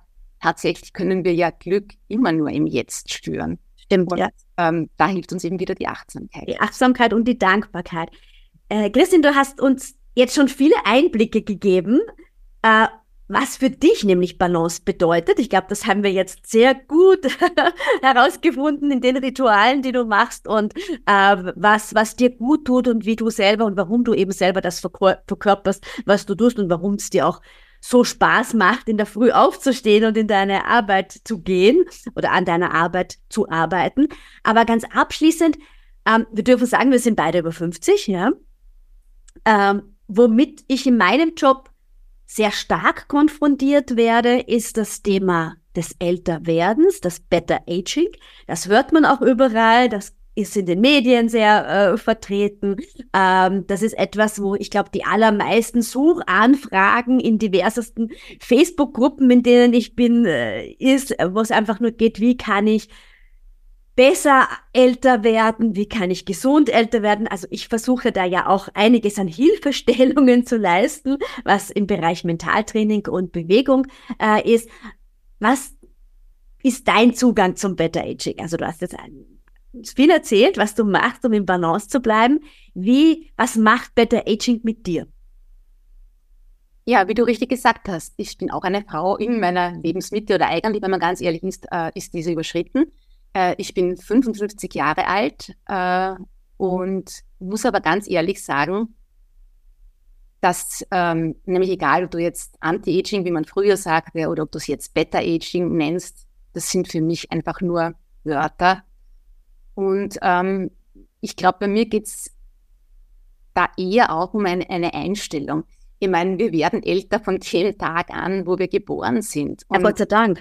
tatsächlich können wir ja Glück immer nur im Jetzt spüren. Stimmt, und, ja. Ähm, da hilft uns eben wieder die Achtsamkeit. Die Achtsamkeit und die Dankbarkeit. Äh, Christine, du hast uns jetzt schon viele Einblicke gegeben, äh, was für dich nämlich Balance bedeutet. Ich glaube, das haben wir jetzt sehr gut herausgefunden in den Ritualen, die du machst und äh, was, was dir gut tut und wie du selber und warum du eben selber das verkör- verkörperst, was du tust und warum es dir auch so Spaß macht, in der Früh aufzustehen und in deine Arbeit zu gehen oder an deiner Arbeit zu arbeiten. Aber ganz abschließend, ähm, wir dürfen sagen, wir sind beide über fünfzig, ja, ähm, womit ich in meinem Job sehr stark konfrontiert werde, ist das Thema des Älterwerdens, das Better Aging. Das hört man auch überall, das ist in den Medien sehr äh, vertreten. Ähm, das ist etwas, wo ich glaube, die allermeisten Suchanfragen in diversesten Facebook-Gruppen, in denen ich bin, äh, ist, wo es einfach nur geht, wie kann ich besser älter werden, wie kann ich gesund älter werden. Also ich versuche da ja auch einiges an Hilfestellungen zu leisten, was im Bereich Mentaltraining und Bewegung äh, ist. Was ist dein Zugang zum Better Aging? Also du hast jetzt viel erzählt, was du machst, um in Balance zu bleiben. Wie, was macht Better Aging mit dir? Ja, wie du richtig gesagt hast, ich bin auch eine Frau in meiner Lebensmitte oder eigentlich, wenn man ganz ehrlich ist, äh, ist diese überschritten. Ich bin fünfundfünfzig Jahre alt äh, und muss aber ganz ehrlich sagen, dass ähm, nämlich egal, ob du jetzt Anti-Aging, wie man früher sagte, oder ob du es jetzt Better Aging nennst, das sind für mich einfach nur Wörter. Und ähm, ich glaube, bei mir geht es da eher auch um eine, eine Einstellung. Ich meine, wir werden älter von dem Tag an, wo wir geboren sind. Ja, Gott sei Dank.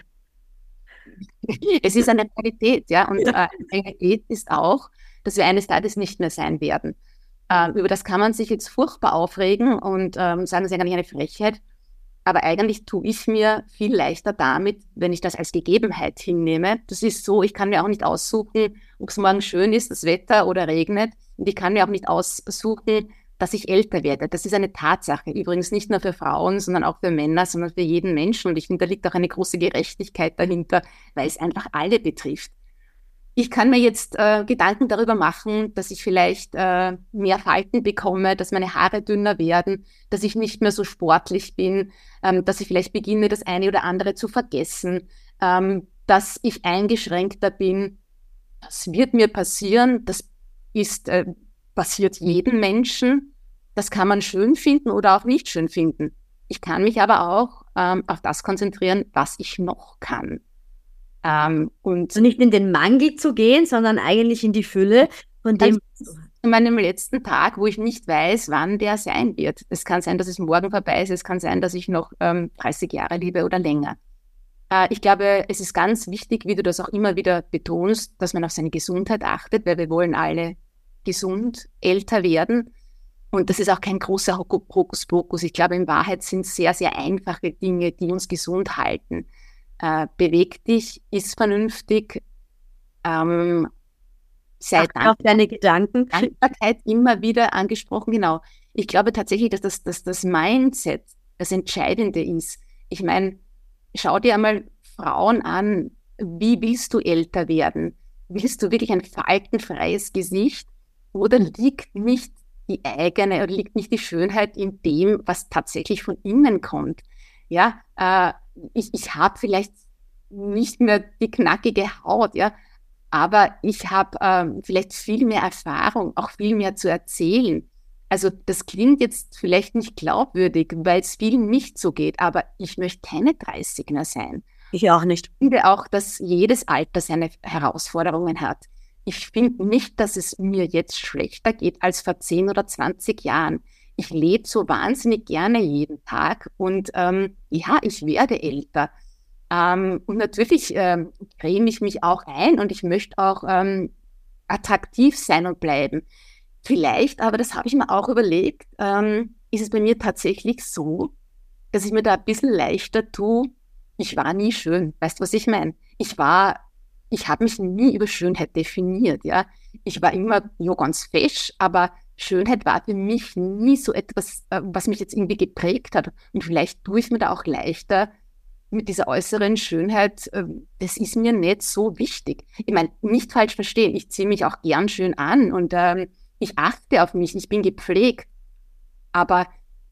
Es ist eine Realität, ja, und ja. Äh, Realität ist auch, dass wir eines Tages nicht mehr sein werden. Äh, über das kann man sich jetzt furchtbar aufregen und ähm, sagen, das ist eigentlich eine Frechheit, aber eigentlich tue ich mir viel leichter damit, wenn ich das als Gegebenheit hinnehme. Das ist so, ich kann mir auch nicht aussuchen, ob es morgen schön ist, das Wetter oder regnet, und ich kann mir auch nicht aussuchen, dass ich älter werde. Das ist eine Tatsache. Übrigens nicht nur für Frauen, sondern auch für Männer, sondern für jeden Menschen. Und ich finde, da liegt auch eine große Gerechtigkeit dahinter, weil es einfach alle betrifft. Ich kann mir jetzt äh, Gedanken darüber machen, dass ich vielleicht äh, mehr Falten bekomme, dass meine Haare dünner werden, dass ich nicht mehr so sportlich bin, ähm, dass ich vielleicht beginne, das eine oder andere zu vergessen, ähm, dass ich eingeschränkter bin. Das wird mir passieren. Das ist äh, passiert jedem Menschen. Das kann man schön finden oder auch nicht schön finden. Ich kann mich aber auch ähm, auf das konzentrieren, was ich noch kann. Ähm, und also nicht in den Mangel zu gehen, sondern eigentlich in die Fülle von dem. In meinem letzten Tag, wo ich nicht weiß, wann der sein wird. Es kann sein, dass es morgen vorbei ist. Es kann sein, dass ich noch ähm, dreißig Jahre lebe oder länger. Äh, ich glaube, es ist ganz wichtig, wie du das auch immer wieder betonst, dass man auf seine Gesundheit achtet, weil wir wollen alle gesund älter werden. Und das ist auch kein großer Hokuspokus. Ich glaube, in Wahrheit sind es sehr, sehr einfache Dinge, die uns gesund halten. Äh, beweg dich, iss vernünftig, ähm, sei dankbar auf deine Gedanken. Dankbarkeit immer wieder angesprochen, genau. Ich glaube tatsächlich, dass das, dass das Mindset das Entscheidende ist. Ich meine, schau dir einmal Frauen an, wie willst du älter werden? Willst du wirklich ein faltenfreies Gesicht oder liegt nicht die eigene oder liegt nicht die Schönheit in dem, was tatsächlich von innen kommt? Ja, äh, ich, ich habe vielleicht nicht mehr die knackige Haut, ja, aber ich habe ähm, vielleicht viel mehr Erfahrung, auch viel mehr zu erzählen. Also das klingt jetzt vielleicht nicht glaubwürdig, weil es vielen nicht so geht, aber ich möchte keine dreißig mehr sein. Ich auch nicht. Ich finde auch, dass jedes Alter seine Herausforderungen hat. Ich finde nicht, dass es mir jetzt schlechter geht als vor zehn oder zwanzig Jahren. Ich lebe so wahnsinnig gerne jeden Tag und ähm, ja, ich werde älter. Ähm, und natürlich ähm, creme ich mich auch ein und ich möchte auch ähm, attraktiv sein und bleiben. Vielleicht, aber das habe ich mir auch überlegt, ähm, ist es bei mir tatsächlich so, dass ich mir da ein bisschen leichter tue. Ich war nie schön. Weißt du, was ich meine? Ich war, ich habe mich nie über Schönheit definiert, ja. Ich war immer, ja, ganz fesch, aber Schönheit war für mich nie so etwas, was mich jetzt irgendwie geprägt hat. Und vielleicht tue ich mir da auch leichter, mit dieser äußeren Schönheit, äh, das ist mir nicht so wichtig. Ich meine, nicht falsch verstehen, ich ziehe mich auch gern schön an und ähm, ich achte auf mich, ich bin gepflegt, aber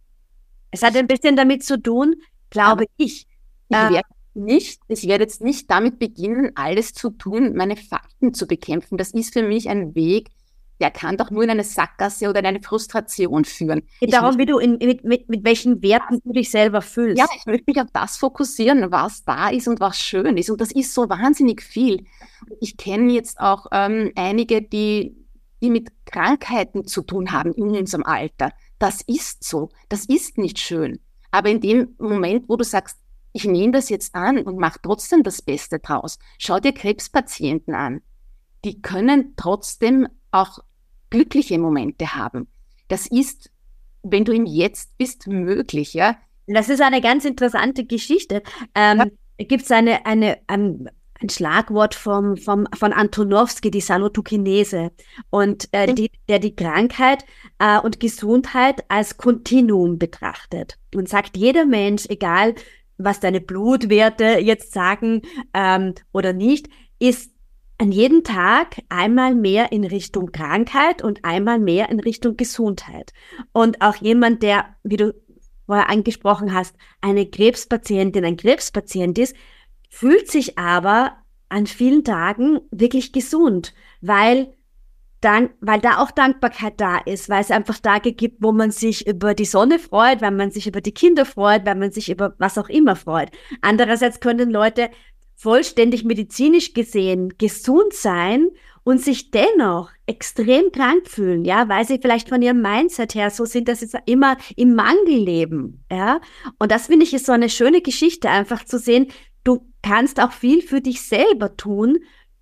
es hat ein bisschen damit zu tun, glaube ich. Ich äh, werde nicht, ich werde jetzt nicht damit beginnen, alles zu tun, meine Fakten zu bekämpfen. Das ist für mich ein Weg, der kann doch nur in eine Sackgasse oder in eine Frustration führen. geht darum, wie du in, mit, mit, mit welchen Werten du dich selber fühlst. Ja, ich möchte mich auf das fokussieren, was da ist und was schön ist. Und das ist so wahnsinnig viel. Ich kenne jetzt auch ähm, einige, die, die mit Krankheiten zu tun haben in unserem Alter. Das ist so. Das ist nicht schön. Aber in dem Moment, wo du sagst, ich nehme das jetzt an und mache trotzdem das Beste draus. Schau dir Krebspatienten an. Die können trotzdem auch glückliche Momente haben. Das ist, wenn du im Jetzt bist, möglich, ja. Das ist eine ganz interessante Geschichte. Ähm, ja. Gibt es eine, eine, ein, ein Schlagwort vom, vom, von Antonowski, die Salutogenese, und äh, die, der die Krankheit äh, und Gesundheit als Kontinuum betrachtet und sagt, jeder Mensch, egal was deine Blutwerte jetzt sagen ähm, oder nicht, ist an jedem Tag einmal mehr in Richtung Krankheit und einmal mehr in Richtung Gesundheit. Und auch jemand, der, wie du vorher angesprochen hast, eine Krebspatientin, ein Krebspatient ist, fühlt sich aber an vielen Tagen wirklich gesund, weil, dann, weil da auch Dankbarkeit da ist, weil es einfach Tage gibt, wo man sich über die Sonne freut, weil man sich über die Kinder freut, weil man sich über was auch immer freut. Andererseits können Leute vollständig medizinisch gesehen gesund sein und sich dennoch extrem krank fühlen, ja, weil sie vielleicht von ihrem Mindset her so sind, dass sie immer im Mangel leben, ja. Und das finde ich ist so eine schöne Geschichte, einfach zu sehen, du kannst auch viel für dich selber tun,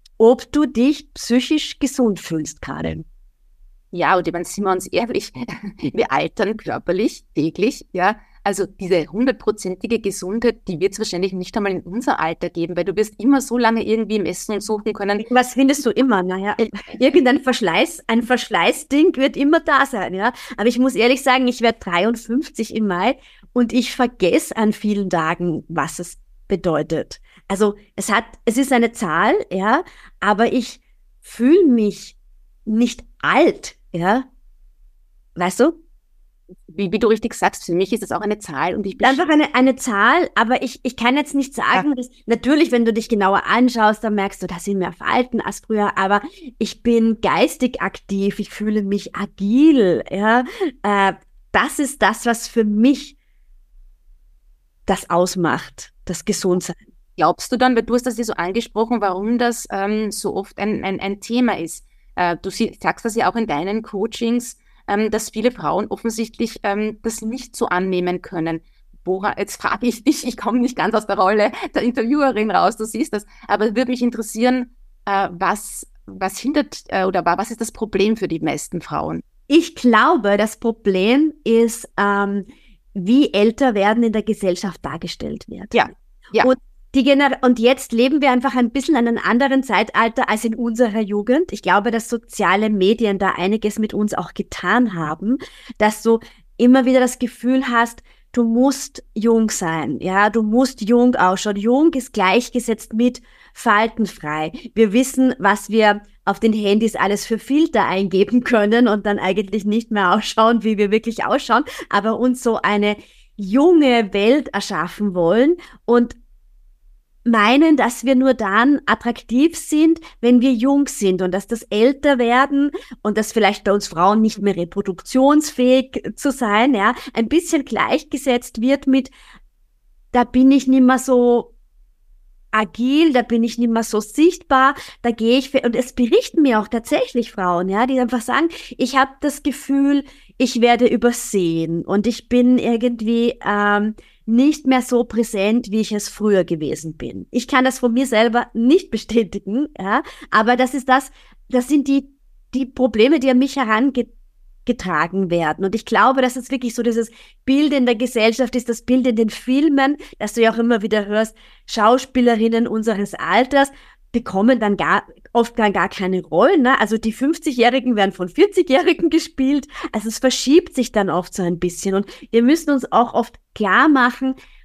ob du dich psychisch gesund fühlst, Karin. Ja, und ich meine, sind wir uns ehrlich, wir altern körperlich täglich, ja. Also diese hundertprozentige Gesundheit, die wird es wahrscheinlich nicht einmal in unser Alter geben, weil du wirst immer so lange irgendwie messen und suchen können. Was findest du immer? Naja, irgendein Verschleiß, ein Verschleißding wird immer da sein, ja. Aber ich muss ehrlich sagen, ich werde dreiundfünfzig im Mai und ich vergesse an vielen Tagen, was es bedeutet. Also es hat, es ist eine Zahl, ja, aber ich fühle mich nicht alt, ja. Weißt du? Wie, wie du richtig sagst, für mich ist das auch eine Zahl. Und ich bin einfach eine, eine Zahl, aber ich, ich kann jetzt nicht sagen, ja. dass, natürlich, wenn du dich genauer anschaust, dann merkst du, da sind mehr Falten als früher, aber ich bin geistig aktiv, ich fühle mich agil, ja, äh, das ist das, was für mich das ausmacht, das Gesundsein. Glaubst du dann, weil du hast das ja so angesprochen, warum das ähm, so oft ein, ein, ein Thema ist? Äh, du sie, sagst das ja auch in deinen Coachings, dass viele Frauen offensichtlich ähm, das nicht so annehmen können. Woran, jetzt frage ich dich, ich komme nicht ganz aus der Rolle der Interviewerin raus, du siehst das, aber es würde mich interessieren, äh, was, was hindert äh, oder was ist das Problem für die meisten Frauen? Ich glaube, das Problem ist, ähm, wie älter werden in der Gesellschaft dargestellt wird. Ja, ja. Und Die Gener- und jetzt leben wir einfach ein bisschen in einem anderen Zeitalter als in unserer Jugend. Ich glaube, dass soziale Medien da einiges mit uns auch getan haben, dass du immer wieder das Gefühl hast, du musst jung sein, ja, du musst jung ausschauen. Jung ist gleichgesetzt mit faltenfrei. Wir wissen, was wir auf den Handys alles für Filter eingeben können und dann eigentlich nicht mehr ausschauen, wie wir wirklich ausschauen, aber uns so eine junge Welt erschaffen wollen und meinen, dass wir nur dann attraktiv sind, wenn wir jung sind und dass das Älterwerden und das vielleicht bei uns Frauen nicht mehr reproduktionsfähig zu sein, ja, ein bisschen gleichgesetzt wird mit, da bin ich nicht mehr so agil, da bin ich nicht mehr so sichtbar, da gehe ich, für, und es berichten mir auch tatsächlich Frauen, ja, die einfach sagen, ich habe das Gefühl, ich werde übersehen und ich bin irgendwie ähm, nicht mehr so präsent, wie ich es früher gewesen bin. Ich kann das von mir selber nicht bestätigen, ja, aber das ist das, das sind die, die Probleme, die an mich herangetragen werden. Und ich glaube, dass es wirklich so dieses Bild in der Gesellschaft ist, das Bild in den Filmen, dass du ja auch immer wieder hörst, Schauspielerinnen unseres Alters bekommen dann gar, oft gar, gar keine Rollen, ne? Also die fünfzigjährigen werden von vierzigjährigen gespielt. Also es verschiebt sich dann oft so ein bisschen. Und wir müssen uns auch oft klar machen,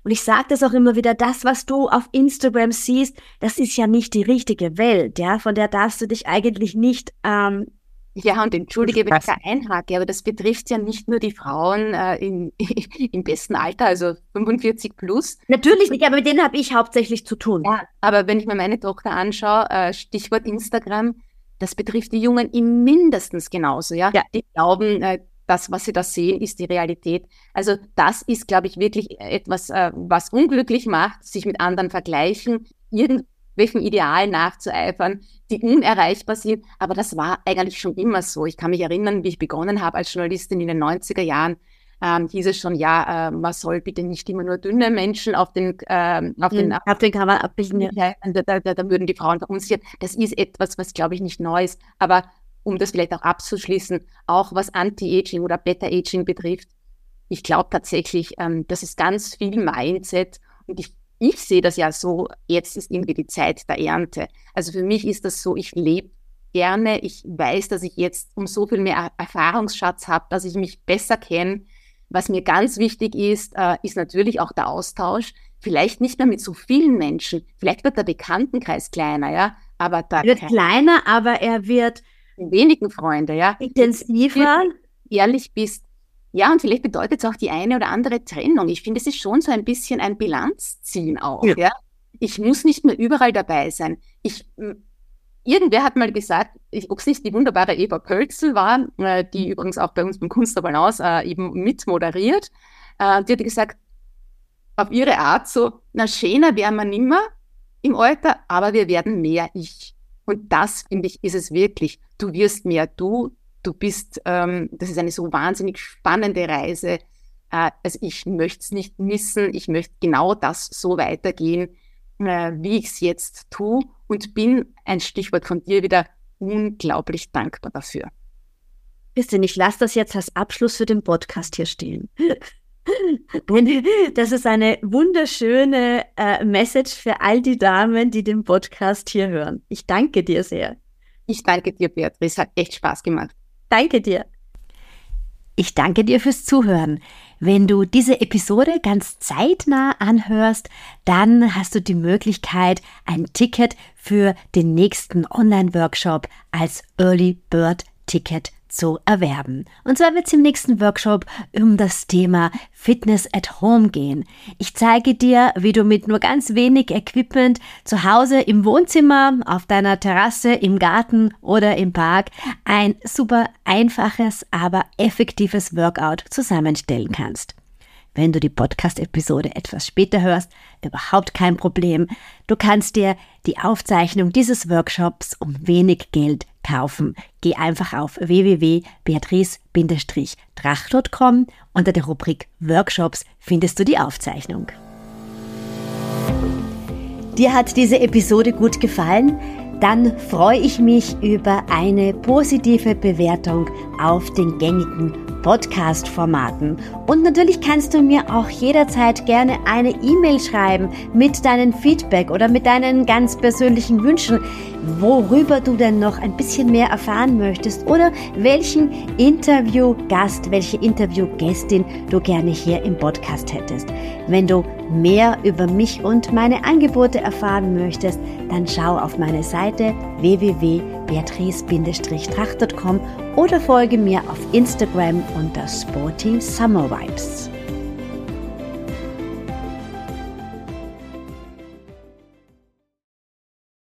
Und ich sage das auch immer wieder, das, was du auf Instagram siehst, das ist ja nicht die richtige Welt, ja, von der darfst du dich eigentlich nicht ähm, Ja, und entschuldige, wenn ich da einhake, aber das betrifft ja nicht nur die Frauen äh, in, im besten Alter, also fünfundvierzig plus. Natürlich nicht, aber mit denen habe ich hauptsächlich zu tun. Ja, aber wenn ich mir meine Tochter anschaue, äh, Stichwort Instagram, das betrifft die Jungen in mindestens genauso, ja. Ja. Die glauben, äh, das, was sie da sehen, ist die Realität. Also das ist, glaube ich, wirklich etwas, äh, was unglücklich macht, sich mit anderen vergleichen, irgendwelchen Idealen nachzueifern, die unerreichbar sind. Aber das war eigentlich schon immer so. Ich kann mich erinnern, wie ich begonnen habe als Journalistin in den neunziger Jahren, ähm, hieß es schon, ja, äh, man soll bitte nicht immer nur dünne Menschen auf den, äh, auf den, Mhm. Auf den Cover abbilden. Ja. da, da, da, da würden die Frauen verunsichern. Das ist etwas, was, glaube ich, nicht neu ist. Aber um das vielleicht auch abzuschließen, auch was Anti-Aging oder Better-Aging betrifft, ich glaube tatsächlich, ähm, das ist ganz viel Mindset. Und ich, ich sehe das ja so, jetzt ist irgendwie die Zeit der Ernte. Also für mich ist das so, ich lebe gerne. Ich weiß, dass ich jetzt um so viel mehr Erfahrungsschatz habe, dass ich mich besser kenne. Was mir ganz wichtig ist, äh, ist natürlich auch der Austausch. Vielleicht nicht mehr mit so vielen Menschen. Vielleicht wird der Bekanntenkreis kleiner, ja. Aber da Er wird kleiner, aber er wird wenigen Freunde, ja. intensiver. Ehrlich bist. Ja, und vielleicht bedeutet es auch die eine oder andere Trennung. Ich finde, es ist schon so ein bisschen ein Bilanzziehen auch, ja. Ja. Ich muss nicht mehr überall dabei sein. Ich, irgendwer hat mal gesagt, ob es nicht die wunderbare Eva Pölzl war, äh, die übrigens auch bei uns beim Kunst der Balance äh, eben mit moderiert, äh, die hat gesagt, auf ihre Art so, na schöner wären wir nimmer im Alter, aber wir werden mehr ich. Und das, finde ich, ist es wirklich. Du wirst mehr du, du bist, ähm, das ist eine so wahnsinnig spannende Reise. Äh, also ich möchte es nicht missen, ich möchte genau das so weitergehen, äh, wie ich es jetzt tue und bin, ein Stichwort von dir wieder, unglaublich dankbar dafür. Christine, ich lasse das jetzt als Abschluss für den Podcast hier stehen. Das ist eine wunderschöne äh, Message für all die Damen, die den Podcast hier hören. Ich danke dir sehr. Ich danke dir, Beatrice. Hat echt Spaß gemacht. Danke dir. Ich danke dir fürs Zuhören. Wenn du diese Episode ganz zeitnah anhörst, dann hast du die Möglichkeit, ein Ticket für den nächsten Online-Workshop als Early Bird Ticket zu erwerben. Und zwar wird es im nächsten Workshop um das Thema Fitness at Home gehen. Ich zeige dir, wie du mit nur ganz wenig Equipment zu Hause im Wohnzimmer, auf deiner Terrasse, im Garten oder im Park ein super einfaches, aber effektives Workout zusammenstellen kannst. Wenn du die Podcast-Episode etwas später hörst, überhaupt kein Problem. Du kannst dir die Aufzeichnung dieses Workshops um wenig Geld kaufen. Geh einfach auf w w w punkt beatrice tracht punkt com. Unter der Rubrik Workshops findest du die Aufzeichnung. Dir hat diese Episode gut gefallen? Dann freue ich mich über eine positive Bewertung auf den gängigen Podcast-Formaten. Und natürlich kannst du mir auch jederzeit gerne eine E-Mail schreiben mit deinem Feedback oder mit deinen ganz persönlichen Wünschen, worüber du denn noch ein bisschen mehr erfahren möchtest oder welchen Interviewgast, welche Interviewgästin du gerne hier im Podcast hättest. Wenn du mehr über mich und meine Angebote erfahren möchtest, dann schau auf meine Seite w w w punkt beatrice tracht punkt com oder folge mir auf Instagram unter Sporty Summer Vibes.